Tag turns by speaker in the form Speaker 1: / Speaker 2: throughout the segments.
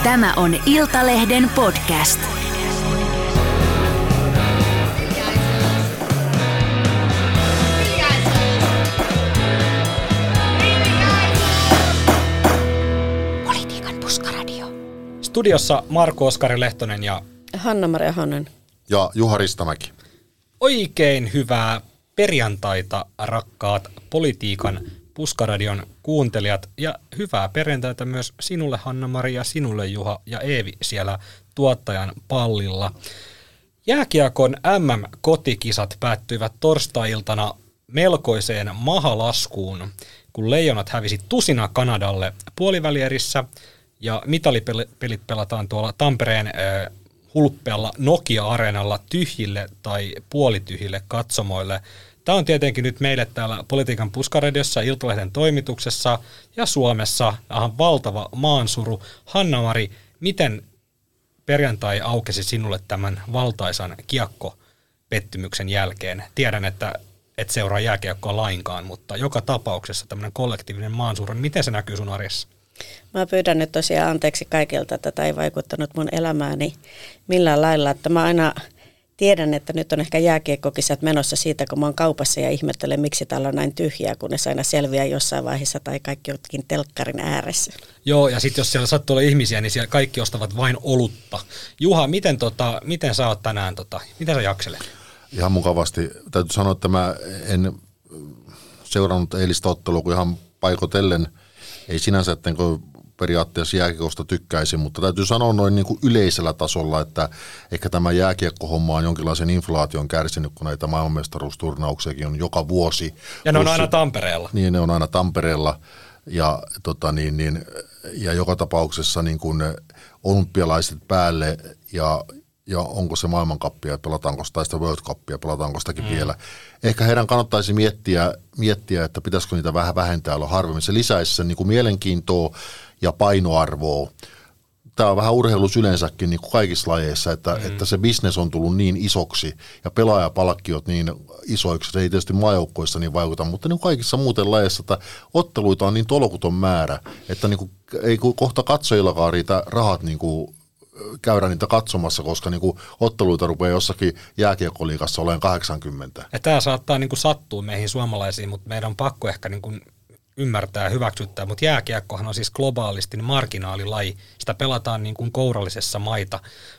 Speaker 1: Tämä on Iltalehden podcast. Politiikan puskaradio.
Speaker 2: Studiossa Marko Oskari Lehtonen ja
Speaker 3: Hanna-Maria Hannen.
Speaker 4: Ja Juha Ristamäki.
Speaker 2: Oikein hyvää perjantaita, rakkaat Politiikan puskaradion kuuntelijat, ja hyvää perjantaita myös sinulle Hanna-Maria, sinulle Juha ja Eevi siellä tuottajan pallilla. Jääkiekon MM-kotikisat päättyivät torstai-iltana melkoiseen mahalaskuun, kun Leijonat hävisi tusina Kanadalle puolivälierissä, ja mitalipelit pelataan tuolla Tampereen hulppealla Nokia-areenalla tyhjille tai puolityhjille katsomoille. Tämä on tietenkin nyt meille täällä Politiikan puskaradiossa, Iltalehden toimituksessa ja Suomessa valtava maansuru. Hanna-Mari, miten perjantai aukesi sinulle tämän valtaisan kiekkopettymyksen jälkeen? Tiedän, että et seuraa jääkiekkoa lainkaan, mutta joka tapauksessa tämmöinen kollektiivinen maansuru, miten se näkyy sun arjessa?
Speaker 3: Mä pyydän nyt tosiaan anteeksi kaikilta, että tätä ei vaikuttanut mun elämääni millään lailla, että mä aina tiedän, että nyt on ehkä jääkiekkokisat menossa siitä, kun mä oon kaupassa ja ihmettelen, miksi täällä on näin tyhjää, kunnes aina selviää jossain vaiheessa tai kaikki jotkin telkkarin ääressä.
Speaker 2: Joo, ja sitten jos siellä sattuu olla ihmisiä, niin siellä kaikki ostavat vain olutta. Juha, miten sä oot tänään, miten sä jakselet?
Speaker 4: Ihan mukavasti. Täytyy sanoa, että mä en seurannut eilistä ottelua, kun ihan paikotellen, ei sinänsä, ettenkö periaatteessa jääkiekosta tykkäisin, mutta täytyy sanoa noin niin kuin yleisellä tasolla, että ehkä tämä jääkiekkohomma on jonkinlaisen inflaation kärsinyt, kun näitä maailmanmestaruusturnauksiakin on joka vuosi.
Speaker 2: Ja ne on aina Tampereella.
Speaker 4: Niin, ne on aina Tampereella. Ja, ja joka tapauksessa niin kuin olympialaiset päälle ja onko se maailmankappia, pelataanko sitä, sitä World Cupia, pelataanko sitäkin vielä. Ehkä heidän kannattaisi miettiä, että pitäisikö niitä vähän vähentää olla harvemmin. Se lisäisi sen niin kuin mielenkiintoa ja painoarvoa. Tämä on vähän urheilus yleensäkin niin kuin kaikissa lajeissa, että se business on tullut niin isoksi ja pelaajapalkkiot niin isoiksi. Se ei tietysti maajoukkoissa niin vaikuta, mutta niin kaikissa muuten lajeissa, että otteluita on niin tolkuton määrä, että niin kuin, ei kohta katsojillakaan riitä rahat niin kuin käydä niitä katsomassa, koska niinku otteluita rupeaa jossakin jääkiekkoliigassa olemaan 80.
Speaker 2: Ja tämä saattaa niinku sattua meihin suomalaisiin, mutta meidän on pakko ehkä niinku ymmärtää ja hyväksyttää, mutta jääkiekkohan on siis globaalisti marginaalilaji. Sitä pelataan niin kuin kourallisessa maita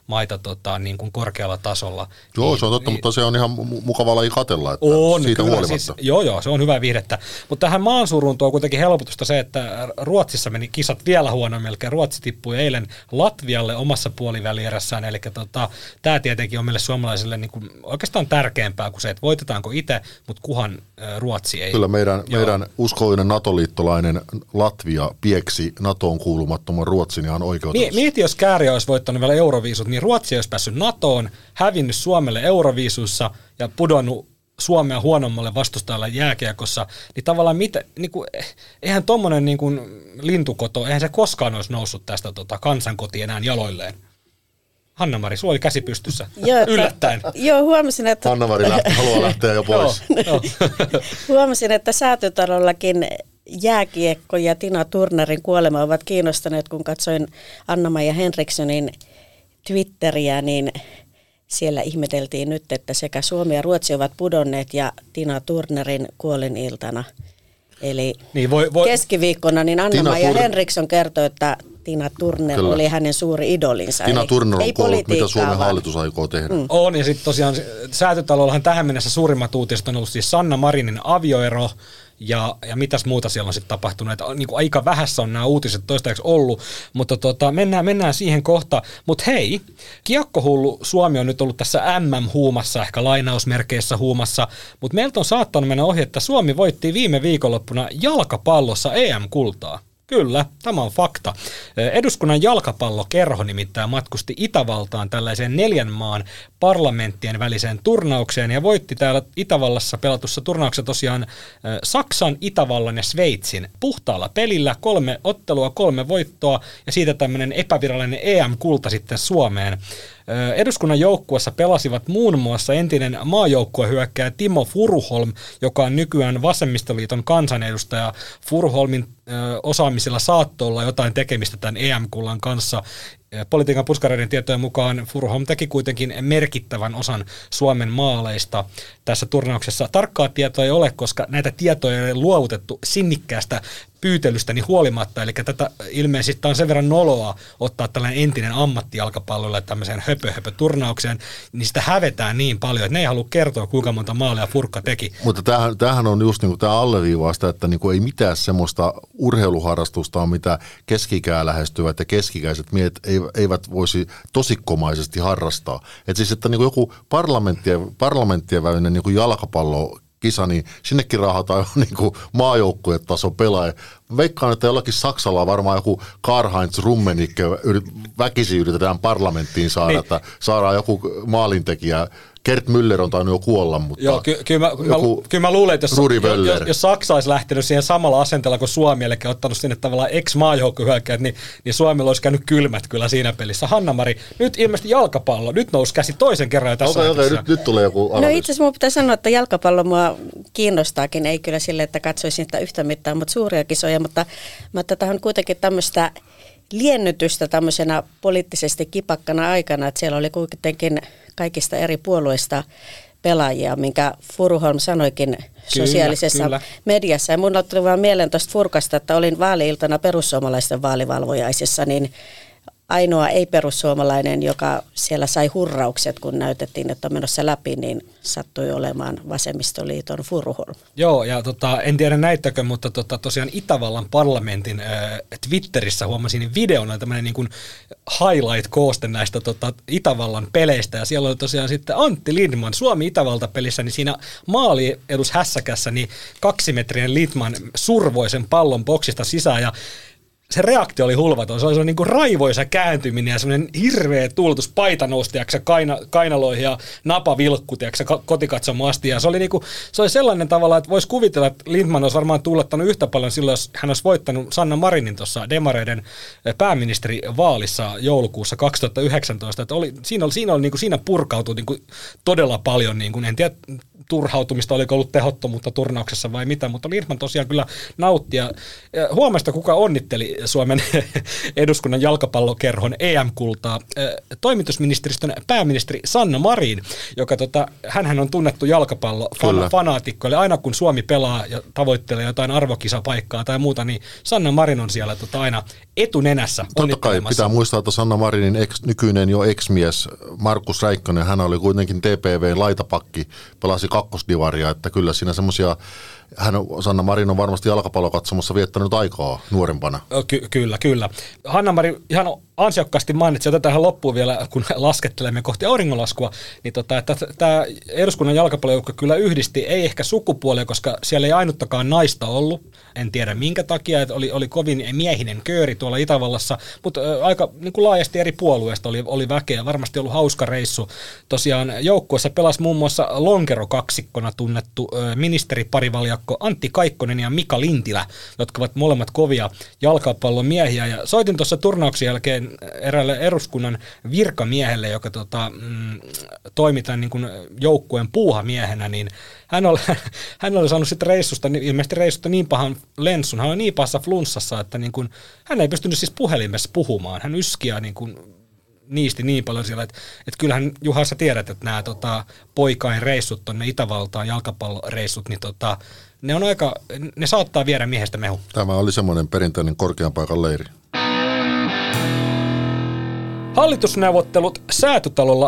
Speaker 2: niin kuin korkealla tasolla.
Speaker 4: Joo, se on totta, mutta se on ihan mukava laji katsella, että
Speaker 2: on,
Speaker 4: siitä
Speaker 2: kyllä,
Speaker 4: huolimatta.
Speaker 2: siis, joo, se on hyvää viihdettä. Mutta tähän maansuruun tuo kuitenkin helpotusta se, että Ruotsissa meni kisat vielä huonommin, eli Ruotsi tippui eilen Latvialle omassa puolivälierässään, eli tämä tietenkin on meille suomalaisille niin kuin oikeastaan tärkeämpää kuin se, että voitetaanko itse, mutta kuhan Ruotsi ei.
Speaker 4: Kyllä meidän uskollinen NATO-liittolainen Latvia pieksi NATOon kuulumattoman Ruotsin ihan oikeutus.
Speaker 2: Mieti, jos Kääriä olisi voittanut vielä Euroviisut, niin Ruotsi olisi päässyt NATOon, hävinnyt Suomelle Euroviisussa ja pudonnut Suomea huonommalle vastustajalle jääkiekossa, niin tavallaan eihän tommonen niin kuin lintukoto, eihän se koskaan olisi noussut tästä kansankoti enää jaloilleen. Hanna-Mari, sulla oli käsi pystyssä. Yllättäen.
Speaker 3: Joo, huomasin, että
Speaker 4: Hanna-Mari haluaa lähteä jo pois.
Speaker 3: Huomasin, että Säätytalollakin jääkiekko ja Tina Turnerin kuolema ovat kiinnostaneet, kun katsoin Anna-Maja Henrikssonin Twitteriä, niin siellä ihmeteltiin nyt, että sekä Suomi ja Ruotsi ovat pudonneet ja Tina Turnerin kuoliniltana. Eli keskiviikkona niin Anna-Maja Henriksson kertoi, että Tina Turner oli hänen suuri idolinsa.
Speaker 4: Tina Turner on kuollut, mitä Suomen hallitus aikoo tehdä.
Speaker 2: On, ja sitten tosiaan Säätytalollahan tähän mennessä suurimmat uutiset on ollut siis Sanna Marinin avioero, ja mitäs muuta siellä on sitten tapahtunut. Että niin kuin aika vähässä on nämä uutiset toistaiseksi ollut, mutta mennään siihen kohta. Mutta hei, kiekkohullu Suomi on nyt ollut tässä MM-huumassa, ehkä lainausmerkeissä huumassa, mutta meiltä on saattanut mennä ohi, että Suomi voitti viime viikonloppuna jalkapallossa EM-kultaa. Kyllä, tämä on fakta. Eduskunnan jalkapallokerho nimittäin matkusti Itävaltaan tällaiseen 4 maan parlamenttien väliseen turnaukseen ja voitti täällä Itävallassa pelatussa turnauksessa tosiaan Saksan, Itävallan ja Sveitsin puhtaalla pelillä. 3 ottelua, 3 voittoa ja siitä tämmöinen epävirallinen EM-kulta sitten Suomeen. Eduskunnan joukkueessa pelasivat muun muassa entinen maajoukkuehyökkääjä Timo Furuholm, joka on nykyään Vasemmistoliiton kansanedustaja. Furuholmin osaamisella saattoi olla jotain tekemistä tämän EM-kullan kanssa. Politiikan puskaradion tietojen mukaan Furuholm teki kuitenkin merkittävän osan Suomen maaleista tässä turnauksessa. Tarkkaa tietoa ei ole, koska näitä tietoja ei ole luovutettu sinnikkäästä pyytelystäni huolimatta, eli tätä ilmeisesti on sen verran noloa ottaa tällainen entinen ammattijalkapallolle tämmöiseen höpö-turnaukseen, niin sitä hävetään niin paljon, että ne ei halua kertoa, kuinka monta maalia Furkka teki.
Speaker 4: Mutta tämähän on just niin kuin tämä alleviivaa sitä, että niin kuin ei mitään semmoista urheiluharrastusta on, mitä keski-ikää lähestyvät ja keski-ikäiset miehet eivät voisi tosikkomaisesti harrastaa. Että siis, että niin kuin joku parlamenttien välinen niin kuin jalkapallokisa, niin sinnekin raahataan niin kuin maajoukkuetason pelaaja. Veikkaan, että jollakin Saksalla on varmaan joku Karl-Heinz Rummenigge väkisin yritetään parlamenttiin saada, niin. Että saadaan joku maalintekijä. Gerd Müller on tainnut jo kuolla, mutta
Speaker 2: joo, kyllä mä luulen, että jos Saksa olisi lähtenyt siihen samalla asenteella kuin Suomi, eli ottanut sinne tavallaan ex-maajoukkuehyökkäät, niin Suomella olisi käynyt kylmät kyllä siinä pelissä. Hanna-Mari, nyt ilmeisesti jalkapallo, nyt nousi käsi toisen kerran jo tässä.
Speaker 4: Nyt tulee joku analyysi.
Speaker 3: No itse asiassa minun pitää sanoa, että jalkapallo mua kiinnostaakin, ei kyllä sille, että katsoisin sitä yhtä mittaan, mutta suuria kisoja, mutta tähän on kuitenkin tämmöistä liennytystä tämmöisenä poliittisesti kipakkana aikana, että siellä oli kuitenkin kaikista eri puolueista pelaajia, minkä Furuholm sanoikin sosiaalisessa mediassa. Ja mun tuli vaan mieleen tuosta Furkasta, että olin vaali-iltana perussuomalaisten vaalivalvojaisessa, niin ainoa ei-perussuomalainen, joka siellä sai hurraukset, kun näytettiin, että on menossa läpi, niin sattui olemaan Vasemmistoliiton Furuholm.
Speaker 2: Joo, ja en tiedä näittäkö, mutta tosiaan Itävallan parlamentin Twitterissä huomasin videona tämmöinen niin kuin highlight-kooste näistä Itävallan peleistä, ja siellä oli tosiaan sitten Antti Lindman Suomi-Itävalta-pelissä, niin siinä maaliedushässäkässä niin 2-metrinen Lindman survoi sen pallon boksista sisään, ja se reaktio oli hulvaton. Se oli niin kuin raivoisa kääntyminen ja semmoinen hirveä tuuletus, paita nousi kainaloihin ja napa vilkku kotikatsomaan asti. Ja se oli sellainen tavalla, että voisi kuvitella, että Lindman olisi varmaan tuulettanut yhtä paljon silloin, jos hän olisi voittanut Sanna Marinin tuossa demareiden pääministerivaalissa joulukuussa 2019. Että siinä purkautui niin kuin todella paljon, niin kuin, en tiedä turhautumista, oliko ollut tehottomuutta turnauksessa vai mitä, mutta Lindman tosiaan kyllä nautti. Ja huomasta, kuka onnitteli Suomen eduskunnan jalkapallokerhon EM-kultaa. Toimitusministeristön pääministeri Sanna Marin, joka hänhän on tunnettu jalkapallofanaatikko, eli aina kun Suomi pelaa ja tavoittelee jotain arvokisapaikkaa tai muuta, niin Sanna Marin on siellä aina etunenässä.
Speaker 4: Totta kai pitää muistaa, että Sanna Marinin nykyinen jo ex-mies Markus Räikkönen, hän oli kuitenkin TPV:n laitapakki, pelasi kakkosdivaria, että kyllä siinä semmoisia, Sanna Marin on varmasti jalkapallokatsomassa viettänyt aikaa nuorempana.
Speaker 2: Kyllä. Hanna-Mari ihan ansiokkaasti mainitsi, otetaan tähän loppuun vielä, kun laskettelemme kohti auringonlaskua, niin tämä eduskunnan jalkapallojoukko kyllä yhdisti, ei ehkä sukupuolia, koska siellä ei ainuttakaan naista ollut, en tiedä minkä takia, että oli kovin miehinen kööri tuolla Itävallassa, mutta aika niin kuin laajasti eri puolueista oli väkeä, varmasti ollut hauska reissu. Tosiaan joukkueessa pelasi muun muassa lonkerokaksikkona tunnettu ministeriparivaljakko Antti Kaikkonen ja Mika Lintilä, jotka ovat molemmat kovia jalkapallon miehiä, ja soitin tuossa turnauksen jälkeen eräälle eduskunnan virkamiehelle, joka toimi tämän niin kuin joukkueen puuhamiehenä, niin hän oli saanut sitten ilmeisesti reissusta niin pahan lenssun, hän oli niin pahassa flunssassa, että niin kuin, hän ei pystynyt siis puhelimessa puhumaan, hän yskiä niin kuin niisti niin paljon siellä, että kyllähän Juha sä tiedät, että nämä poikain reissut tonne Itävaltaan, jalkapalloreissut, niin ne saattaa viedä miehestä mehu.
Speaker 4: Tämä oli semmoinen perinteinen korkean paikan leiri.
Speaker 2: Hallitusneuvottelut Säätytalolla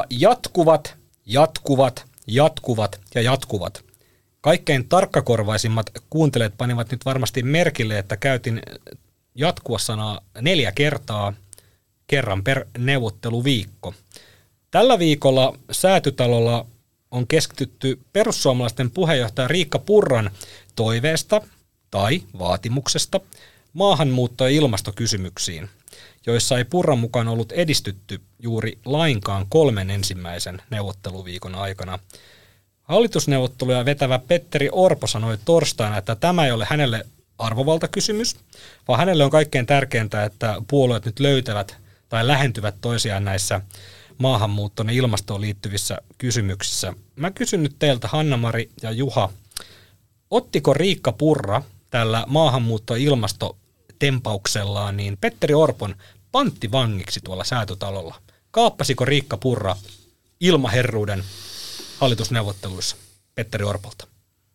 Speaker 2: jatkuvat. Kaikkein tarkkakorvaisimmat kuuntelijat panivat nyt varmasti merkille, että käytin jatkua-sanaa 4 kerran per neuvotteluviikko. Tällä viikolla Säätytalolla on keskitytty perussuomalaisten puheenjohtaja Riikka Purran toiveesta tai vaatimuksesta maahanmuutto- ja ilmastokysymyksiin, joissa ei Purran mukaan ollut edistytty juuri lainkaan 3 ensimmäisen neuvotteluviikon aikana. Hallitusneuvotteluja vetävä Petteri Orpo sanoi torstaina, että tämä ei ole hänelle arvovaltakysymys, vaan hänelle on kaikkein tärkeintä, että puolueet nyt löytävät tai lähentyvät toisiaan näissä maahanmuuttoon ja ilmastoon liittyvissä kysymyksissä. Mä kysyn nyt teiltä, Hanna-Mari ja Juha, ottiko Riikka Purra tällä maahanmuutto- ja ilmastotempauksellaan niin Petteri Orpon panttivangiksi tuolla Säätytalolla? Kaappasiko Riikka Purra ilmaherruuden hallitusneuvotteluissa Petteri Orpolta?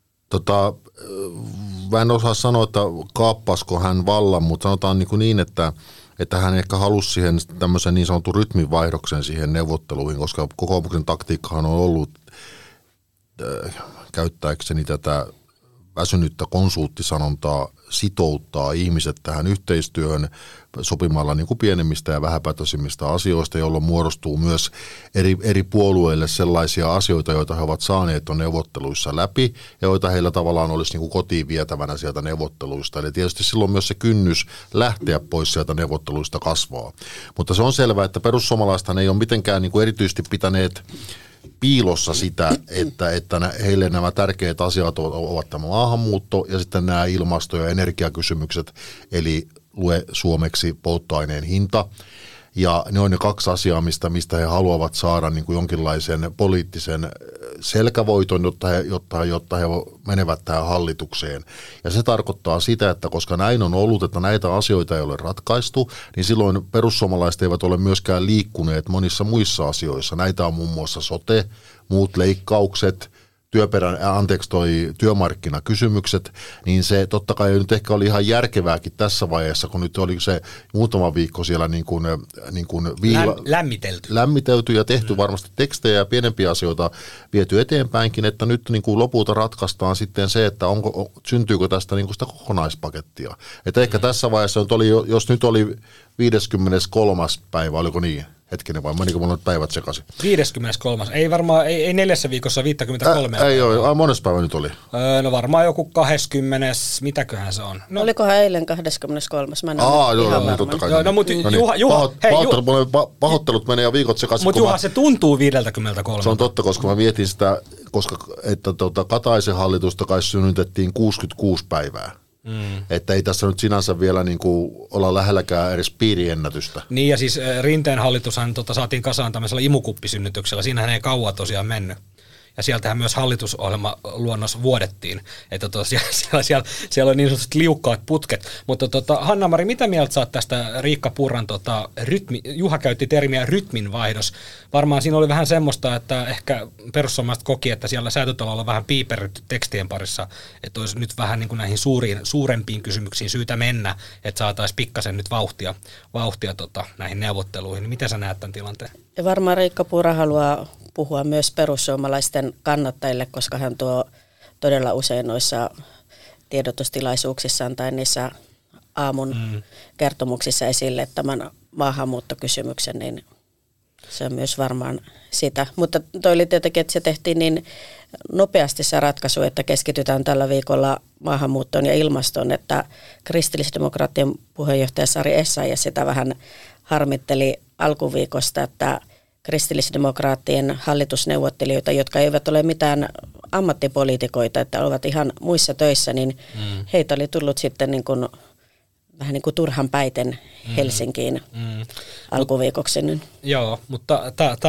Speaker 4: Mä en osaa sanoa, että kaappasko hän vallan, mutta sanotaan niin, että hän ehkä halusi siihen tämmöisen niin sanotun rytminvaihdoksen siihen neuvotteluihin, koska kokoomuksen taktiikkahan on ollut käyttääkseni tätä väsynyttä konsulttisanontaa sitouttaa ihmiset tähän yhteistyöhön sopimalla niin kuin pienemmistä ja vähäpätöisimmistä asioista, jolloin muodostuu myös eri puolueille sellaisia asioita, joita he ovat saaneet on neuvotteluissa läpi ja joita heillä tavallaan olisi niin kuin kotiin vietävänä sieltä neuvotteluista. Eli tietysti silloin myös se kynnys lähteä pois sieltä neuvotteluista kasvaa. Mutta se on selvää, että perussuomalaisethan ei ole mitenkään niin kuin erityisesti pitäneet piilossa sitä, että heille nämä tärkeät asiat ovat tämä maahanmuutto ja sitten nämä ilmasto- ja energiakysymykset, eli lue suomeksi polttoaineen hinta. Ja ne on ne kaksi asiaa, mistä he haluavat saada niin kuin jonkinlaisen poliittisen selkävoiton, jotta he menevät tähän hallitukseen. Ja se tarkoittaa sitä, että koska näin on ollut, että näitä asioita ei ole ratkaistu, niin silloin perussuomalaiset eivät ole myöskään liikkuneet monissa muissa asioissa. Näitä on muun muassa sote, muut leikkaukset, työmarkkinakysymykset, niin se totta kai nyt ehkä oli ihan järkevääkin tässä vaiheessa, kun nyt oli se muutama viikko siellä lämmitelty ja tehty varmasti tekstejä ja pienempiä asioita viety eteenpäinkin, että nyt niin kuin lopulta ratkaistaan sitten se, että syntyykö tästä niin kuin sitä kokonaispakettia. Että ehkä tässä vaiheessa nyt oli, jos nyt oli 53. päivä, oliko niin? Hetkinen vai, menikö mulla nyt päivät sekaisin?
Speaker 2: 53. Ei varmaan, ei 4 viikossa 53.
Speaker 4: Ei ole, monessa päivä nyt oli?
Speaker 2: No varmaan joku 20, mitäköhän se on? No.
Speaker 3: Olikohan eilen 23. Mä en
Speaker 4: joo, totta kai.
Speaker 2: No mutta Juha,
Speaker 4: pahoittelut menee ja viikot sekaisin.
Speaker 2: Mutta Juha, se tuntuu 53.
Speaker 4: Se on totta, koska mä mietin sitä, että Kataisen hallitusta kai synnytettiin 66 päivää. Että ei tässä nyt sinänsä vielä niin kuin olla lähelläkään edes piiriennätystä.
Speaker 2: Niin ja siis Rinteen hallitushan saatiin kasaan tämmöisellä imukuppisynnytyksellä. Siinähän ei kauan tosiaan mennyt. Ja sieltähän myös hallitusohjelma luonnos vuodettiin, että siellä on niin sanotusti liukkaat putket. Mutta Hanna-Mari, mitä mieltä saat tästä Riikka Purran Juha käytti termiä rytminvaihdos. Varmaan siinä oli vähän semmoista, että ehkä perussuomalaiset koki, että siellä Säätytalolla on vähän piiperrytty tekstien parissa, että olisi nyt vähän niin kuin näihin suurempiin kysymyksiin syytä mennä, että saataisiin pikkasen nyt vauhtia näihin neuvotteluihin. Miten sä näet tämän tilanteen?
Speaker 3: Ja varmaan Riikka Purra haluaa puhua myös perussuomalaisten kannattajille, koska hän tuo todella usein noissa tiedotustilaisuuksissaan tai niissä aamun kertomuksissa esille tämän maahanmuuttokysymyksen, niin se on myös varmaan sitä. Mutta toi oli tietenkin, että se tehtiin niin nopeasti se ratkaisu, että keskitytään tällä viikolla maahanmuuttoon ja ilmastoon, että kristillisdemokraattien puheenjohtaja Sari Essayah sitä vähän harmitteli alkuviikosta, että kristillisdemokraattien hallitusneuvottelijoita, jotka eivät ole mitään ammattipoliitikoita, että ovat ihan muissa töissä, niin heitä oli tullut sitten niin kuin, vähän niin kuin turhan päiten Helsinkiin alkuviikoksi. Niin.
Speaker 2: Joo, mutta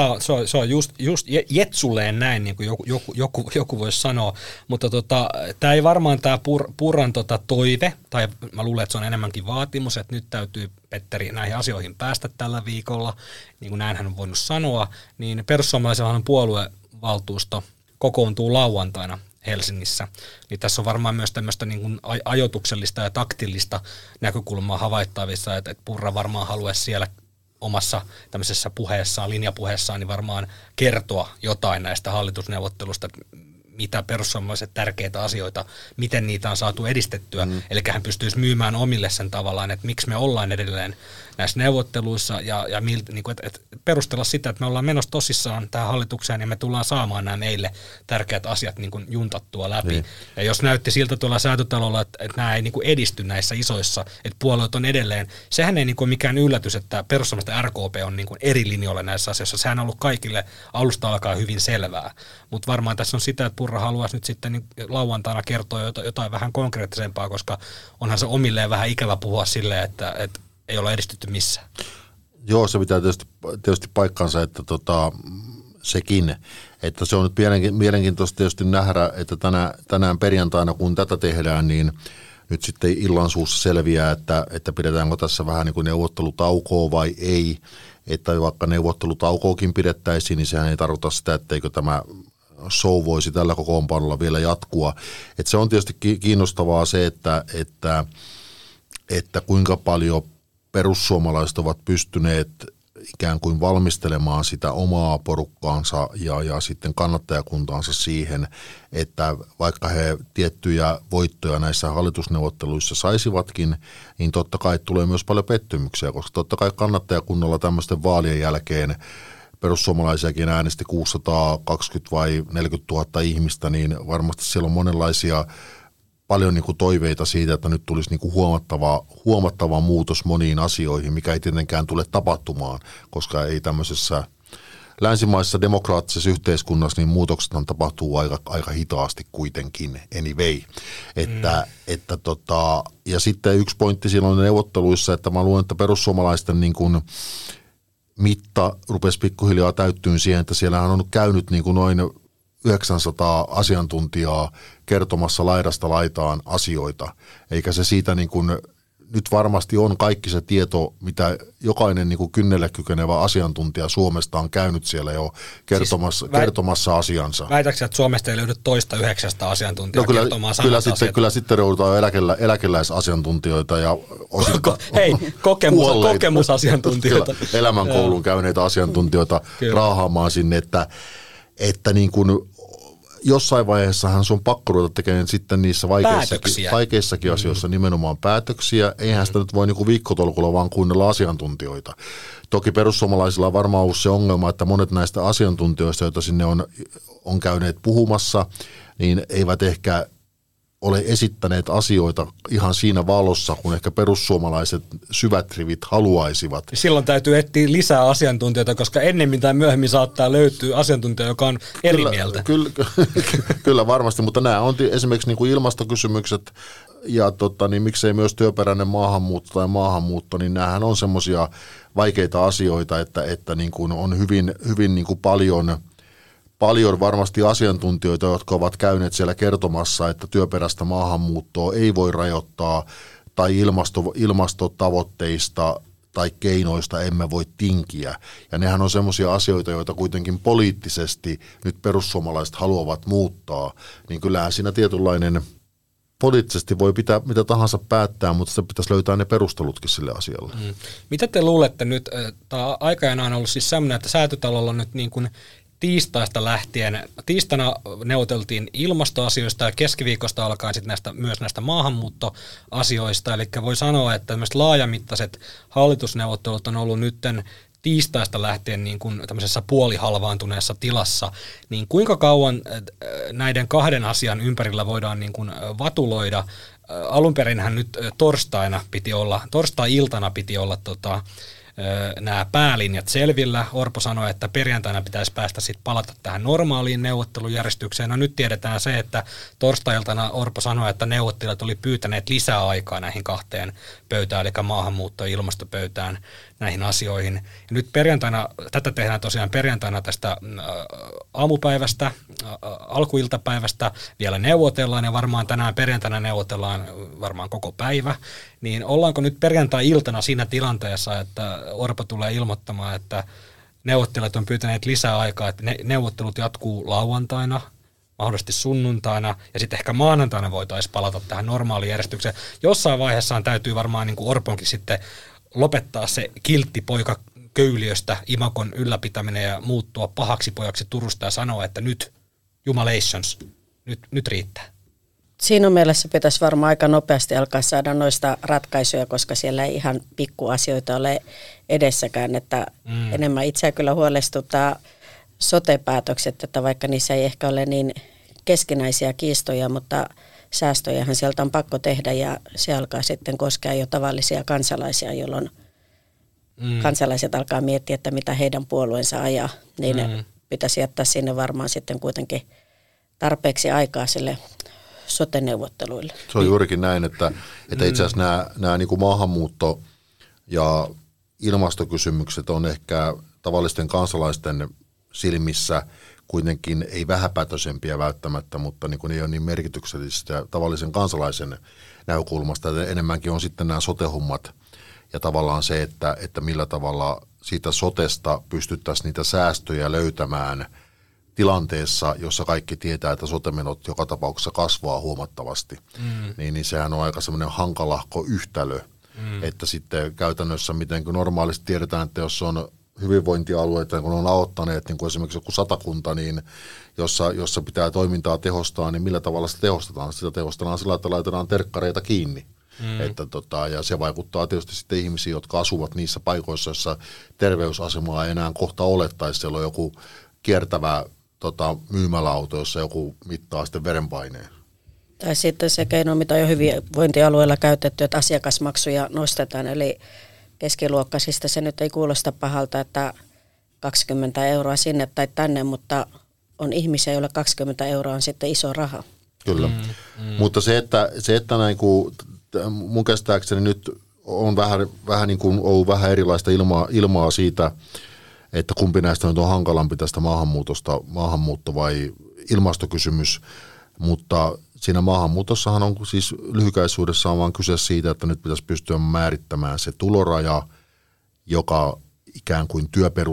Speaker 2: se on just jetsulleen näin, niin kuin joku voisi sanoa, mutta tämä ei varmaan tämä Purran toive, tai mä luulen, että se on enemmänkin vaatimus, että nyt täytyy Petteri näihin asioihin päästä tällä viikolla, niin kuin näin hän on voinut sanoa, niin perussuomalaisen puoluevaltuusto kokoontuu lauantaina Helsingissä, niin tässä on varmaan myös tämmöistä niin kuin ajoituksellista ja taktillista näkökulmaa havaittavissa, että Purra varmaan haluaisi siellä omassa tämmöisessä puheessaan, linjapuheessaan, niin varmaan kertoa jotain näistä hallitusneuvottelusta, mitä perussuomalaiset tärkeitä asioita, miten niitä on saatu edistettyä. Eli hän pystyisi myymään omille sen tavallaan, että miksi me ollaan edelleen näissä neuvotteluissa ja niin kuin, että perustella sitä, että me ollaan menossa tosissaan tähän hallitukseen ja me tullaan saamaan nämä meille tärkeät asiat niin kuin juntattua läpi. Niin. Ja jos näytti siltä tuolla Säätytalolla, että nämä ei niin kuin edisty näissä isoissa, että puolueet on edelleen, sehän ei niin kuin mikään yllätys, että perussuomalaiset RKP on niin kuin eri linjoilla näissä asioissa. Sehän on ollut kaikille alusta alkaen hyvin selvää. Mutta varmaan tässä on sitä, että Purra haluaisi nyt sitten niin lauantaina kertoa jotain vähän konkreettisempaa, koska onhan se omilleen vähän ikävä puhua silleen, että ei olla edistytty missään.
Speaker 4: Joo, se pitää tietysti paikkansa, että sekin, että se on nyt mielenkiintoista tietysti nähdä, että tänään perjantaina, kun tätä tehdään, niin nyt sitten illan suussa selviää, että pidetäänkö tässä vähän niin kuin neuvottelutaukoa vai ei, että vaikka neuvottelutaukoakin pidettäisiin, niin sehän ei tarkoita sitä, etteikö tämä show voisi tällä kokoonpanolla vielä jatkua. Että se on tietysti kiinnostavaa se, että kuinka paljon perussuomalaiset ovat pystyneet ikään kuin valmistelemaan sitä omaa porukkaansa ja sitten kannattajakuntaansa siihen, että vaikka he tiettyjä voittoja näissä hallitusneuvotteluissa saisivatkin, niin totta kai tulee myös paljon pettymyksiä, koska totta kai kannattajakunnalla tämmöisten vaalien jälkeen perussuomalaisiakin äänesti 620 vai 40 000 ihmistä, niin varmasti siellä on monenlaisia paljon niin kuin toiveita siitä, että nyt tulisi niin kuin huomattava muutos moniin asioihin, mikä ei tietenkään tule tapahtumaan, koska ei tämmöisessä länsimaisessa demokraattisessa yhteiskunnassa niin muutoksethan tapahtuu aika hitaasti kuitenkin anyway. Ja sitten yksi pointti silloin neuvotteluissa, että mä luulen, että perussuomalaisten niin kuin mitta rupesi pikkuhiljaa täyttyyn siihen, että siellähän on käynyt niin kuin noin 900 asiantuntijaa kertomassa laidasta laitaan asioita, eikä se siitä niin kuin, nyt varmasti on kaikki se tieto, jokainen niin kuin kynnelle kykenevä asiantuntija Suomesta on käynyt siellä jo kertomassa asiansa.
Speaker 2: Väitätkö, että Suomesta ei löydy toista 900 asiantuntijaa kertomaan samat asiat?
Speaker 4: Kyllä sitten joudutaan eläkeläisasiantuntijoita ja
Speaker 2: kokemusasiantuntijoita.
Speaker 4: Elämänkoulun käyneitä asiantuntijoita raahaamaan sinne, että niin kuin jossain vaiheessahan se on pakko ruveta tekemään sitten niissä vaikeissakin asioissa nimenomaan päätöksiä. Eihän sitä nyt voi niin kuin viikkotolkulla vaan kuunnella asiantuntijoita. Toki perussuomalaisilla on varmaan ollut se ongelma, että monet näistä asiantuntijoista, joita sinne on käyneet puhumassa, niin eivät ehkä ole esittäneet asioita ihan siinä valossa, kun ehkä perussuomalaiset syvät rivit haluaisivat.
Speaker 2: Silloin täytyy etsiä lisää asiantuntijoita, koska ennemmin tai myöhemmin saattaa löytyä asiantuntija, joka on eri mieltä.
Speaker 4: Kyllä varmasti, mutta nämä on esimerkiksi niin kuin ilmastokysymykset ja niin miksei myös työperäinen maahanmuutto, niin näähän on semmoisia vaikeita asioita, että niin kuin on hyvin niin kuin paljon varmasti asiantuntijoita, jotka ovat käyneet siellä kertomassa, että työperäistä maahanmuuttoa ei voi rajoittaa tai ilmastotavoitteista tai keinoista emme voi tinkiä. Ja nehän on semmoisia asioita, joita kuitenkin poliittisesti nyt perussuomalaiset haluavat muuttaa. Niin kyllähän siinä tietynlainen poliittisesti voi pitää mitä tahansa päättää, mutta se pitäisi löytää ne perustelutkin sille asialle.
Speaker 2: Mitä te luulette nyt? Tämä aikajana on ollut siis sellainen, että Säätytalolla on nyt niin kuin tiistaista lähtien, tiistaina neuvoteltiin ilmastoasioista ja keskiviikosta alkaen sitten myös näistä maahanmuuttoasioista, eli voi sanoa, että tämmöiset laajamittaiset hallitusneuvottelut on ollut nytten tiistaista lähtien niin kuin tämmöisessä puolihalvaantuneessa tilassa, niin kuinka kauan näiden kahden asian ympärillä voidaan niin kuin vatuloida? Alunperinhän nyt torstai-iltana piti olla nämä päälinjat selvillä. Orpo sanoi, että perjantaina pitäisi päästä sitten palata tähän normaaliin neuvottelujärjestykseen. No nyt tiedetään se, että torstai-iltana Orpo sanoi, että neuvottelijat oli pyytäneet lisää aikaa näihin kahteen pöytään, eli maahanmuutto- ja ilmastopöytään näihin asioihin. Ja nyt perjantaina, tätä tehdään tosiaan perjantaina tästä aamupäivästä, alkuiltapäivästä vielä neuvotellaan ja varmaan tänään perjantaina neuvotellaan varmaan koko päivä. Niin ollaanko nyt perjantai-iltana siinä tilanteessa, että Orpo tulee ilmoittamaan, että neuvottelijat on pyytäneet lisää aikaa, että neuvottelut jatkuu lauantaina, mahdollisesti sunnuntaina ja sitten ehkä maanantaina voitaisiin palata tähän normaalijärjestykseen. Jossain vaiheessaan täytyy varmaan niin kuin Orponkin sitten lopettaa se kiltti poika köyliöstä imakon ylläpitäminen ja muuttua pahaksi pojaksi Turusta ja sanoa, että nyt jumalations, nyt riittää.
Speaker 3: Siinä mielessä pitäisi varmaan aika nopeasti alkaa saada noista ratkaisuja, koska siellä ei ihan pikkuasioita ole edessäkään, että enemmän itseä kyllä huolestuttaa sote-päätökset, että vaikka niissä ei ehkä ole niin keskinäisiä kiistoja, mutta säästöjähän sieltä on pakko tehdä ja se alkaa sitten koskea jo tavallisia kansalaisia, jolloin kansalaiset alkaa miettiä, että mitä heidän puolueensa ajaa, niin pitäisi jättää sinne varmaan sitten kuitenkin tarpeeksi aikaa sille sote-neuvotteluille.
Speaker 4: Se on juurikin näin, että itse asiassa nämä niin kuin maahanmuutto ja ilmastokysymykset on ehkä tavallisten kansalaisten silmissä kuitenkin ei vähäpätöisempiä välttämättä, mutta niin kuin ne ei ole niin merkityksellistä tavallisen kansalaisen näkökulmasta. Enemmänkin on sitten nämä sote-hommat ja tavallaan se, että millä tavalla siitä sotesta pystyttäisiin niitä säästöjä löytämään tilanteessa, jossa kaikki tietää, että sote-menot joka tapauksessa kasvaa huomattavasti. Niin sehän on aika semmoinen hankalahko yhtälö, että sitten käytännössä miten normaalisti tiedetään, että jos on hyvinvointialueita, kun on auttaneet, niin kuin esimerkiksi joku Satakunta, niin jossa pitää toimintaa tehostaa, niin millä tavalla sitä tehostetaan? Sitä tehostetaan sillä, että laitetaan terkkareita kiinni. Ja se vaikuttaa tietysti sitten ihmisiin, jotka asuvat niissä paikoissa, joissa terveysasemaa ei enää kohta ole, tai siellä on joku kiertävä myymäläauto, jossa joku mittaa sitten verenpaineen.
Speaker 3: Tai sitten se keino, mitä on jo hyvinvointialueella käytetty, että asiakasmaksuja nostetaan, eli keskiluokkaisista se nyt ei kuulosta pahalta, että 20 euroa sinne tai tänne, mutta on ihmisiä, joilla 20 euroa on sitten iso raha.
Speaker 4: Kyllä, mutta se, että näin kuin, mun käsittääkseni nyt on vähän niin kuin ollut vähän erilaista ilmaa siitä, että kumpi näistä nyt on hankalampi tästä maahanmuutto vai ilmastokysymys, mutta siinä maahanmuutossahan on siis lyhykäisyydessä vaan kyse siitä, että nyt pitäisi pystyä määrittämään se tuloraja, joka ikään kuin